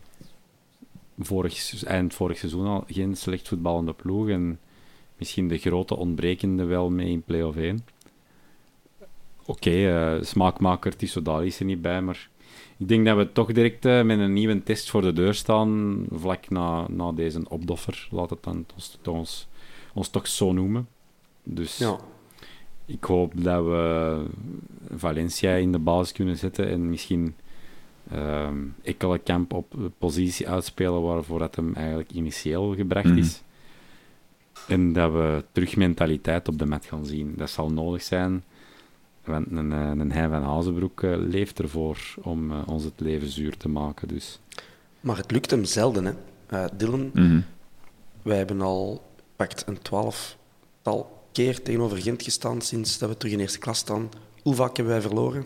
vorig, eind vorig seizoen al geen slecht voetballende ploeg en misschien de grote ontbrekende wel mee in play-off één. Oké, okay, uh, smaakmaker Tissoudali is er niet bij, maar ik denk dat we toch direct uh, met een nieuwe test voor de deur staan, vlak na, na deze opdoffer, laat het dan ons, ons, ons toch zo noemen. Dus ja. Ik hoop dat we Valencia in de basis kunnen zetten en misschien Um, Ekkelenkamp op de positie uitspelen waarvoor dat hem eigenlijk initieel gebracht mm. is. En dat we terug mentaliteit op de mat gaan zien. Dat zal nodig zijn, want een, een Hein van Hazenbroek uh, leeft ervoor om uh, ons het leven zuur te maken. Dus. Maar het lukt hem zelden, hè. Uh, Dylan, mm-hmm. wij hebben al pakt een twaalftal keer tegenover Gent gestaan sinds dat we terug in eerste klas staan. Hoe vaak hebben wij verloren?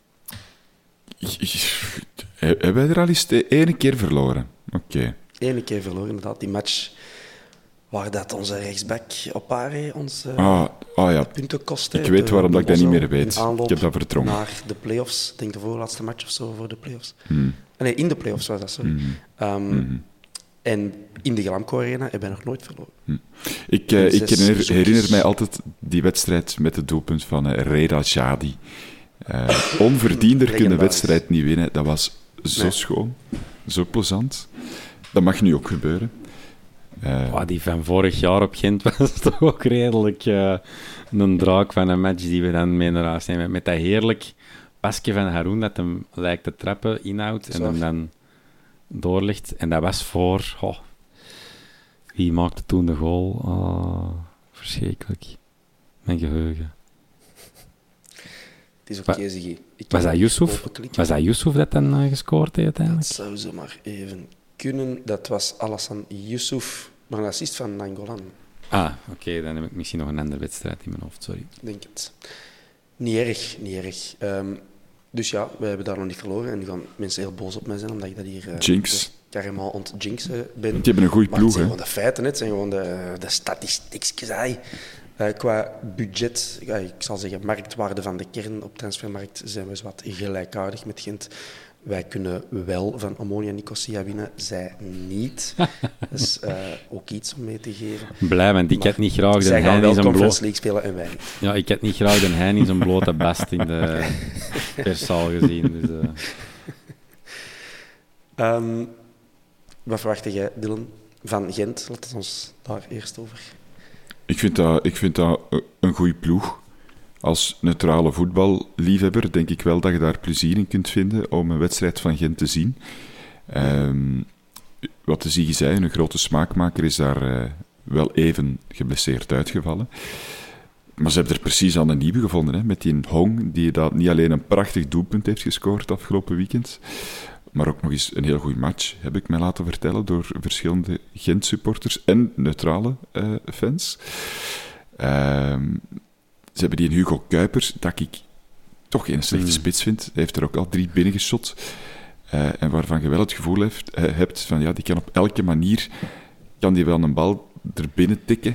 Hebben wij er al eens één keer verloren? Oké. Okay. Eén keer verloren, inderdaad. Die match waar dat onze rechtsback Opare ons uh, ah, ah, ja. punten kostte. Ik weet waarom dat ik dat niet meer weet. Ik heb dat verdrongen. Naar de play-offs, ik denk de voorlaatste match of zo voor de play-offs. Hmm. Nee, in de play-offs was dat zo. Hmm. Um, hmm. En in de Glamco Arena hebben wij nog nooit verloren. Hmm. Ik, uh, ik herinner, herinner mij altijd die wedstrijd met het doelpunt van uh, Reda Jadi. Uh, onverdiender kunnen de wedstrijd niet winnen. Dat was zo nee. schoon, zo plezant. Dat mag nu ook gebeuren. Uh, wow, die van vorig jaar op Gent was toch ook redelijk uh, een draak van een match die we dan mee naar huis nemen. Met dat heerlijk pasje van Haroun dat hem lijkt te trappen inhoudt en hem dan doorlegt. En dat was voor... Oh, wie maakte toen de goal? Oh, verschrikkelijk. Mijn geheugen. Het is oké, okay, Ziggy. Was dat Yusuf? Was dat Yusuf dat dan uh, gescoord heeft uiteindelijk? Dat zou zo maar even kunnen. Dat was Alassane Yusuf, maar een assist van Nangolan. Ah, oké. Okay, dan heb ik misschien nog een andere wedstrijd in mijn hoofd, sorry. Ik denk het. Niet erg, niet erg. Um, dus ja, we hebben daar nog niet verloren. En nu gaan mensen heel boos op mij zijn, omdat ik dat hier... Uh, Jinx. Carrément ontjinxen ben. Die hebben een goede ploeg, hè? Het zijn gewoon de feiten, het zijn gewoon de, de statistiekjes. Uh, qua budget, uh, ik zal zeggen marktwaarde van de kern op transfermarkt, zijn we wat gelijkaardig met Gent. Wij kunnen wel van Omonia Nicosia winnen, zij niet. Dat is uh, ook iets om mee te geven. Blij, want ik had niet graag de Hein in zijn bloot... League spelen en wij niet. Ja, ik had niet graag de Hein in zijn blote bast in de perszaal gezien. Dus, uh... um, wat verwacht jij, Dylan, van Gent? Laten we ons daar eerst over... Ik vind dat, ik vind dat een goede ploeg. Als neutrale voetballiefhebber denk ik wel dat je daar plezier in kunt vinden om een wedstrijd van Gent te zien. Um, wat de Ziggy zei, een grote smaakmaker is daar uh, wel even geblesseerd uitgevallen. Maar ze hebben er precies aan een nieuwe gevonden, hè, met die Hong, die dat niet alleen een prachtig doelpunt heeft gescoord afgelopen weekend, maar ook nog eens een heel goede match, heb ik mij laten vertellen door verschillende Gent-supporters en neutrale uh, fans. Uh, ze hebben die Hugo Kuipers, dat ik toch geen slechte mm. spits vind. Hij heeft er ook al drie binnengeschot. Uh, en waarvan je wel het gevoel heeft, uh, hebt van ja, die kan op elke manier kan die wel een bal er binnen tikken.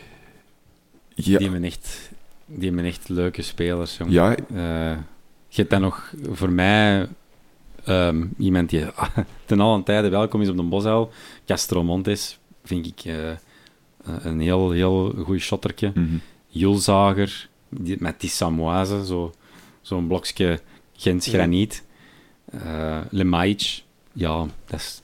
Ja. Die hebben echt, die hebben echt leuke spelers, jongen. Ja. Uh, je hebt dan nog voor mij um, iemand die ten allen tijde welkom is op de Bosuil. Castro Montes vind ik uh, een heel, heel goed shottertje. Mm-hmm. Julzager, die, met die Samoise, zo, zo'n blokje Gens graniet. Uh, Lemaic, ja, dat is...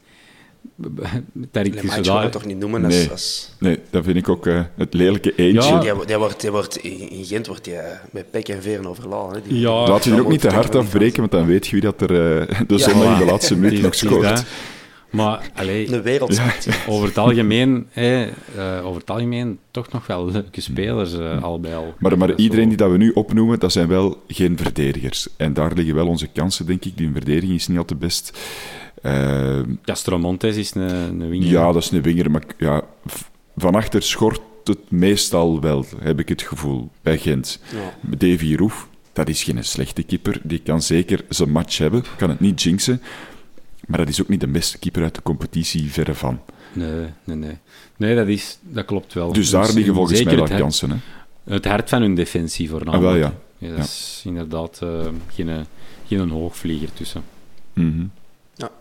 Lemaic kan je toch niet noemen als... Nee, als... nee dat vind ik ook uh, het lelijke eentje. Ja. Die, die wordt, die wordt, in Gent wordt die met pek en veren overladen. Hè. Die, ja, Laat je er ook niet te hard afbreken, want dan weet je wie dat er uh, de ja, zondag voilà. in de laatste minuut nog scoort. Maar, allee, de wereld. Ja. over het algemeen, hey, uh, over het algemeen toch nog wel leuke spelers, uh, al bij al. Maar, maar dat iedereen zo... die dat we nu opnoemen, dat zijn wel geen verdedigers. En daar liggen wel onze kansen, denk ik. Die verdediging is niet al te best. Uh, Castro Montes is een, een winger. Ja, dat is een winger, maar ja, van achter schort het meestal wel, heb ik het gevoel, bij Gent. Ja. Davy Roef, dat is geen slechte keeper. Die kan zeker zijn match hebben, kan het niet jinxen. Maar dat is ook niet de beste keeper uit de competitie, verre van. Nee, nee, nee. Nee, dat, is, dat klopt wel. Dus daar liggen volgens zeker mij het wel hart, kansen. Hè? Het hart van hun defensie voornamelijk. Ah, wel, ja. Ja, dat ja. is inderdaad uh, geen, geen hoogvlieger tussen. Mm-hmm. Ja.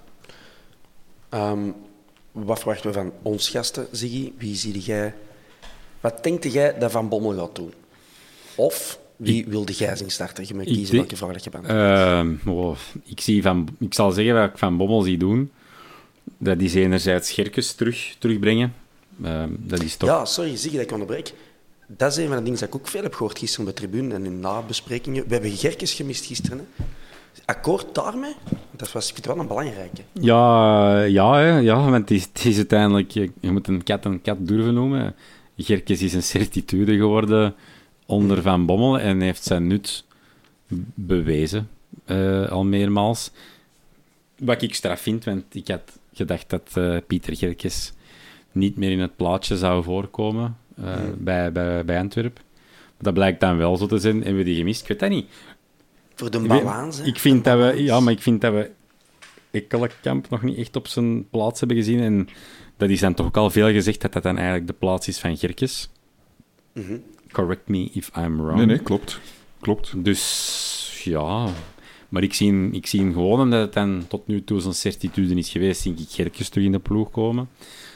Um, wat verwachten we van ons gasten, Ziggy? Wie zie jij... Wat denkt jij dat Van Bommel gaat doen? Of... Wie wilde jij zien starten? Je moet kiezen denk, welke vraag dat je bent. Uh, oh, ik, zie van, ik zal zeggen wat ik Van Bommel zie doen. Dat is enerzijds Gerkes terug, terugbrengen. Uh, dat is toch... Ja, sorry, zie je dat ik onderbreek. Dat is een van de dingen dat ik ook veel heb gehoord gisteren op de tribune en in nabesprekingen. We hebben Gerkes gemist gisteren. Hè. Akkoord daarmee? Dat was, ik vind het wel een belangrijke. Ja, ja, hè, ja, want het is, het is uiteindelijk... Je moet een kat een kat durven noemen. Gerkes is een certitude geworden... onder Van Bommel en heeft zijn nut bewezen, uh, al meermaals. Wat ik straf vind, want ik had gedacht dat uh, Pieter Gerkes niet meer in het plaatje zou voorkomen uh, mm. bij, bij, bij Antwerpen. Dat blijkt dan wel zo te zijn. Hebben we die gemist? Ik weet dat niet. Voor de balans, hè? Ik vind dat we, ja, maar ik vind dat we Ekkelenkamp nog niet echt op zijn plaats hebben gezien. En dat is dan toch ook al veel gezegd dat dat dan eigenlijk de plaats is van Gerkes. Mm-hmm. Correct me if I'm wrong. Nee, nee, klopt. klopt. Dus ja, maar ik zie, ik zie gewoon omdat het dan tot nu toe zo'n certitude is geweest, zie ik Gerkes terug in de ploeg komen.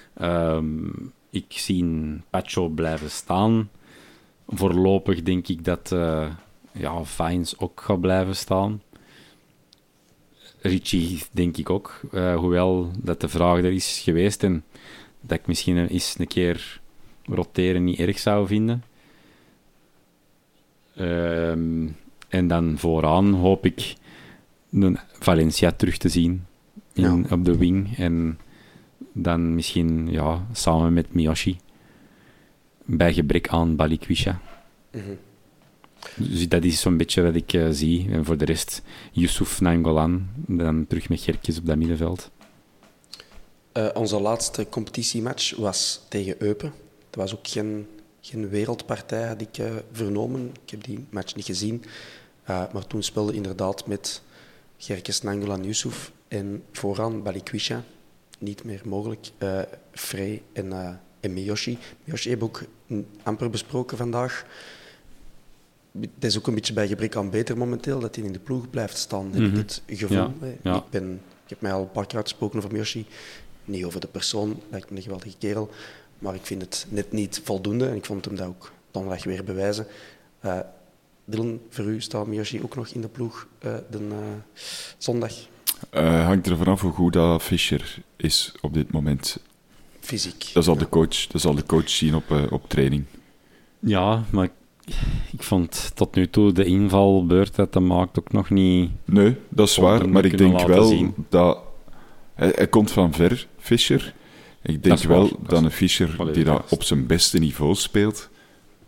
Um, ik zie Pacho blijven staan. Voorlopig denk ik dat uh, ja, Vines ook gaat blijven staan. Richie denk ik ook, uh, hoewel dat de vraag er is geweest en dat ik misschien eens een keer roteren niet erg zou vinden. Um, en dan vooraan hoop ik een Valencia terug te zien in, ja. op de wing. En dan misschien ja, samen met Miyoshi. Bij gebrek aan Balikwisha. Mm-hmm. Dus dat is zo'n beetje wat ik uh, zie. En voor de rest Yusuf Nainggolan. Dan terug met Gerkes op dat middenveld. Uh, onze laatste competitiematch was tegen Eupen. Dat was ook geen... Geen wereldpartij had ik uh, vernomen. Ik heb die match niet gezien. Uh, maar toen speelde inderdaad met Gerkes, Nainggolan, Yusuf en vooraan Balikwisha. Niet meer mogelijk. Uh, Frey en, uh, en Miyoshi. Miyoshi hebben we ook amper besproken vandaag. Het is ook een beetje bij gebrek aan beter momenteel dat hij in de ploeg blijft staan. Mm-hmm. Heb ik het gevoel. Ja, ja. Ik, ben, ik heb mij al een paar keer uitgesproken over Miyoshi. Niet over de persoon, lijkt me een geweldige kerel. Maar ik vind het net niet voldoende en ik vond hem dat ook donderdag weer bewijzen. Uh, Dylan, voor u staat Miyoshi ook nog in de ploeg uh, de uh, zondag? Uh, hangt er vanaf hoe goed dat Fischer is op dit moment. Fysiek. Dat zal, ja. de, coach, dat zal de coach zien op, uh, op training. Ja, maar ik, ik vond tot nu toe de invalbeurt dat hij maakt ook nog niet... Nee, dat is waar, maar ik denk wel zien. dat... Hij, hij komt van ver, Fischer. Ik denk dat wel waar, dat, dat een Fischer die dat op zijn beste niveau speelt,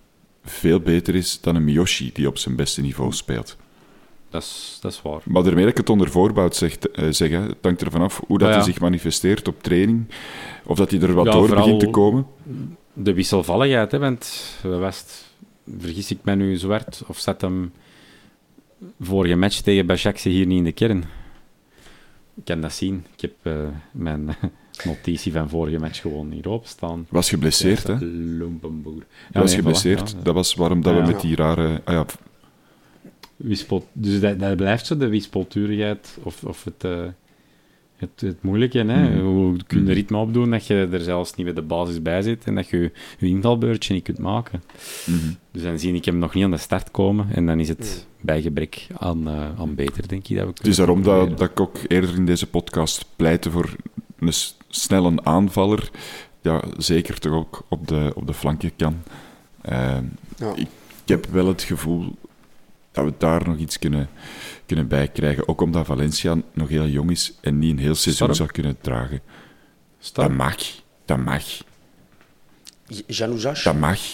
veel beter is dan een Miyoshi die op zijn beste niveau speelt. Dat is, dat is waar. Maar daarmee dat ik het onder voorbouw zeg, uh, zeg hè. Het hangt ervan af hoe dat ja, ja. hij zich manifesteert op training, of dat hij er wat Ja, door vooral begint te komen. De wisselvalligheid, hè, want West, vergis ik mij nu zwart, of zet hem vorige match tegen Başakşehir hier niet in de kern. Ik kan dat zien. Ik heb uh, mijn notitie van vorige match gewoon hierop staan. Was geblesseerd, hè? Lumpenboer. Ja, was nee, geblesseerd. Voilà, ja. Dat was waarom dat Ja, we ja. met die rare... Ah, ja, Wispel, dus dat, dat blijft zo, de wispelturigheid, of, of het, uh, het, het moeilijke. Hè? Mm. Hoe kun je de ritme opdoen dat je er zelfs niet bij de basis bij zit en dat je je invalbeurtje niet kunt maken. mm-hmm. Dus dan zie ik hem nog niet aan de start komen en dan is het bij gebrek aan, uh, aan beter, denk ik. Dat we Het is daarom dat, dat ik ook eerder in deze podcast pleitte voor een s- snelle aanvaller. Ja, zeker toch ook op de, op de flanken kan. Uh, Ja. ik, ik heb wel het gevoel dat we daar nog iets kunnen, kunnen bijkrijgen. Ook omdat Valencia nog heel jong is en niet een heel seizoen Storm. zou kunnen dragen. Start. Dat mag. Dat mag. Januzaj? Dat mag.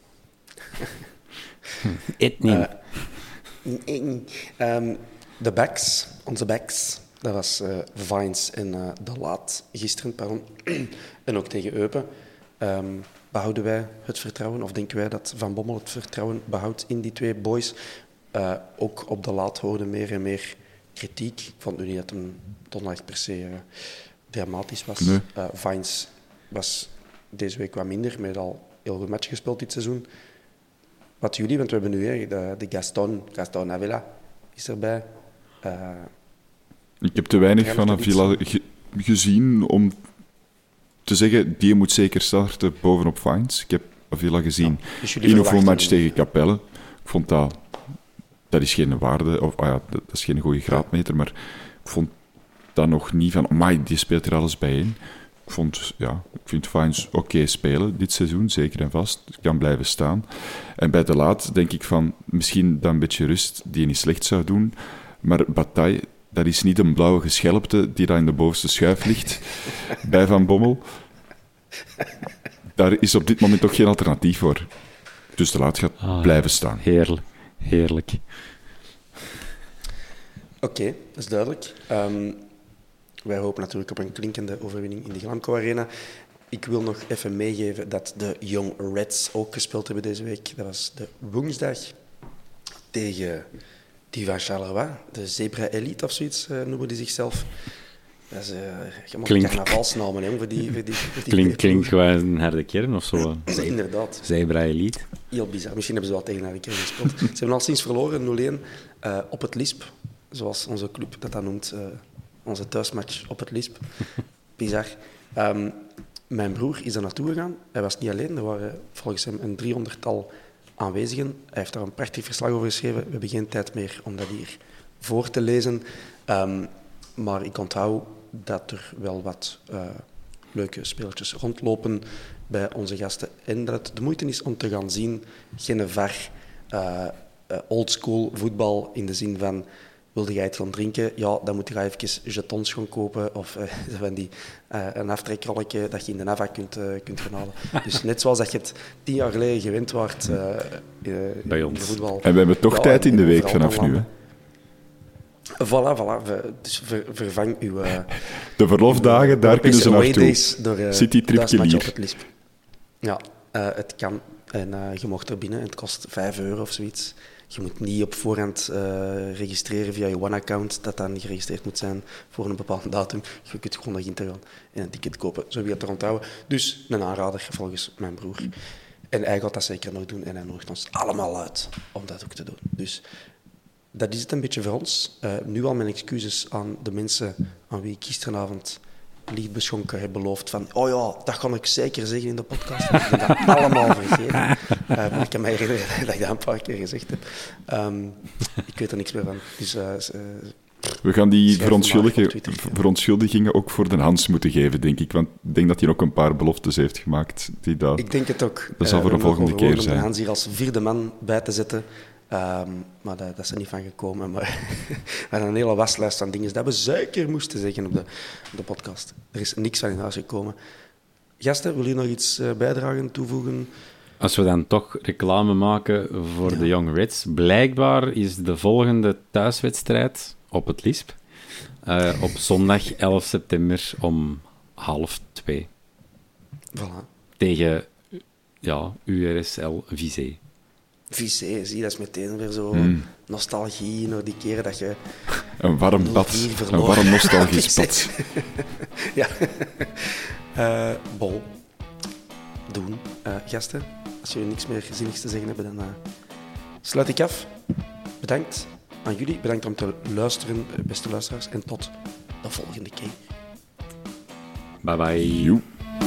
Het niet. Uh, nee, um, de backs, onze backs, dat was uh, Vines en uh, De Laat gisteren, pardon. En ook tegen Eupen. Um, behouden wij het vertrouwen, of denken wij dat Van Bommel het vertrouwen behoudt in die twee boys? Uh, ook op De Laat hoorde meer en meer kritiek. Ik vond nu niet dat hem donderdag per se uh, dramatisch was. Nee. Uh, Vines was deze week wat minder, maar al heel veel match gespeeld dit seizoen. Wat jullie, want we hebben nu weer de, de Gaston, Gaston Avila is erbij. Uh, Ik heb te weinig Ja, van nog iets? Avila ge- gezien om te zeggen, die moet zeker starten bovenop Vines. Ik heb Avila gezien Ja, dus jullie in een verwachten- match tegen Capelle. Ik vond dat... Dat is geen waarde, of ah ja, dat is geen goede graadmeter, maar ik vond dat nog niet van... Amai, die speelt er alles bijeen. Ik vond, ja, ik vind Vines oké spelen dit seizoen, zeker en vast. Ik kan blijven staan. En bij De Laat denk ik van, misschien dan een beetje rust, die niet slecht zou doen. Maar Bataille, dat is niet een blauwe geschelpte die daar in de bovenste schuif ligt bij Van Bommel. Daar is op dit moment toch geen alternatief voor. Dus De Laat gaat Ah, blijven staan. Heerlijk. Heerlijk. Oké, okay, dat is duidelijk. Um, wij hopen natuurlijk op een klinkende overwinning in de Glamco Arena. Ik wil nog even meegeven dat de Young Reds ook gespeeld hebben deze week. Dat was de woensdag tegen die van Charleroi, de Zebra Elite of zoiets uh, noemen die zichzelf. Dat is uh, Klinkt- carnavalsnamen, hè, voor die, voor die, voor die Klinkt, klinkt gewoon een harde kern of zo. Inderdaad. Zebra Elite. Heel bizar. Misschien hebben ze wel tegen haar keer gespeeld. Ze hebben al sinds verloren, nul-een, uh, op het Lisp. Zoals onze club dat dat noemt. Uh, onze thuismatch op het Lisp. Bizar. Um, mijn broer is daar naartoe gegaan. Hij was niet alleen. Er waren volgens hem een driehonderdtal aanwezigen. Hij heeft daar een prachtig verslag over geschreven. We hebben geen tijd meer om dat hier voor te lezen. Um, maar ik onthoud dat er wel wat uh, leuke speeltjes rondlopen bij onze gasten. En dat het de moeite is om te gaan zien, geen V A R, uh, uh, oldschool voetbal in de zin van, wilde jij het gaan drinken? Ja, dan moet je even jetons gaan kopen of uh, van die, uh, een aftrekrolletje dat je in de Nava kunt, uh, kunt gaan halen. Dus net zoals dat je het tien jaar geleden gewend wordt uh, uh, Bij in ons. de voetbal. En we hebben toch Ja, tijd in de en week overal vanaf van nu, hè? Voilà, voilà. Ver- Dus ver, vervang uw... Uh, De verlofdagen, daar kunnen ze Europese naartoe. awaydays door uh, Citytripje thuismatch hier. op het Lisp. Ja, uh, het kan. En uh, je mocht er binnen en het kost vijf euro of zoiets. Je moet niet op voorhand uh, registreren via je One-account, dat dan geregistreerd moet zijn voor een bepaalde datum. Je kunt gewoon naar Inter gaan en een ticket kopen. Zo wil je het er onthouden. Dus een aanrader volgens mijn broer. En hij gaat dat zeker nog doen en hij nodigt ons allemaal uit om dat ook te doen. Dus dat is het een beetje voor ons. Uh, nu al mijn excuses aan de mensen aan wie ik gisteravond lief beschonken heb beloofd van oh ja, dat kan ik zeker zeggen in de podcast. Ik ben dat allemaal vergeten. Uh, maar ik kan me herinneren dat ik dat een paar keer gezegd heb. Um, ik weet er niks meer van. Dus, uh, uh, We gaan die Schrijf verontschuldigen- maar op Twitter, ja. verontschuldigingen ook voor de Hans moeten geven, denk ik. Want ik denk dat hij ook een paar beloftes heeft gemaakt. Die dat... ik denk het ook. Dat zal voor Uh, een volgende we hebben keer nog zijn. Om Hans hier als vierde man bij te zetten. Um, maar dat, dat is er niet van gekomen. Maar we hadden een hele waslijst van dingen dat we zeker moesten zeggen op de, op de podcast. Er is niks van in huis gekomen. Gasten, wil je nog iets uh, bijdragen, toevoegen? Als we dan toch reclame maken voor ja. de Young Reds, blijkbaar is de volgende thuiswedstrijd op het Lisp uh, op zondag elf september om half twee. Voilà. Tegen ja, U R S L Vizé. Vizé, zie, dat is meteen weer zo mm. nostalgie naar die keren dat je... Een warm bad, een warm nostalgisch bad. Ja. uh, bol. Doen. Uh, gasten, als jullie niks meer zinnigs te zeggen hebben, dan uh, sluit ik af. Bedankt aan jullie, bedankt om te luisteren, beste luisteraars, en tot de volgende keer. Bye bye. Joe.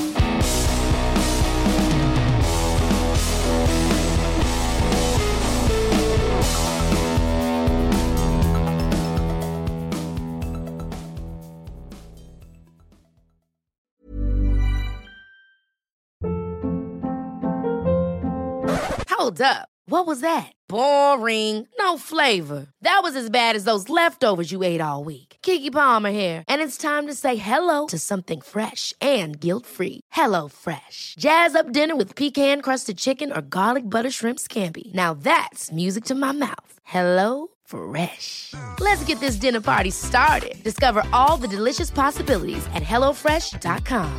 Hold up. What was that? Boring. No flavor. That was as bad as those leftovers you ate all week. Keke Palmer here, and it's time to say hello to something fresh and guilt-free. Hello Fresh. Jazz up dinner with pecan-crusted chicken or garlic butter shrimp scampi. Now that's music to my mouth. Hello Fresh. Let's get this dinner party started. Discover all the delicious possibilities at hello fresh dot com.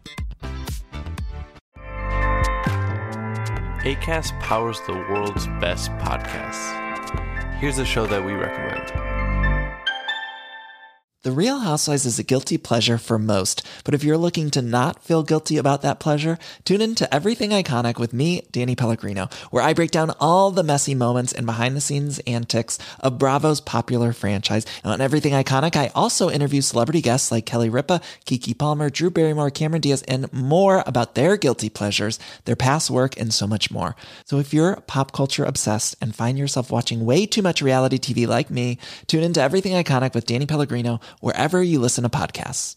Acast powers the world's best podcasts. Here's a show that we recommend. The Real Housewives is a guilty pleasure for most, but if you're looking to not feel guilty about that pleasure, tune in to Everything Iconic with me, Danny Pellegrino, where I break down all the messy moments and behind-the-scenes antics of Bravo's popular franchise. And on Everything Iconic, I also interview celebrity guests like Kelly Ripa, Keke Palmer, Drew Barrymore, Cameron Diaz, and more about their guilty pleasures, their past work, and so much more. So if you're pop culture obsessed and find yourself watching way too much reality T V like me, tune in to Everything Iconic with Danny Pellegrino, wherever you listen to podcasts.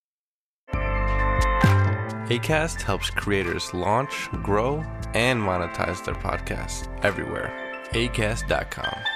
Acast helps creators launch, grow, and monetize their podcasts everywhere. acast dot com.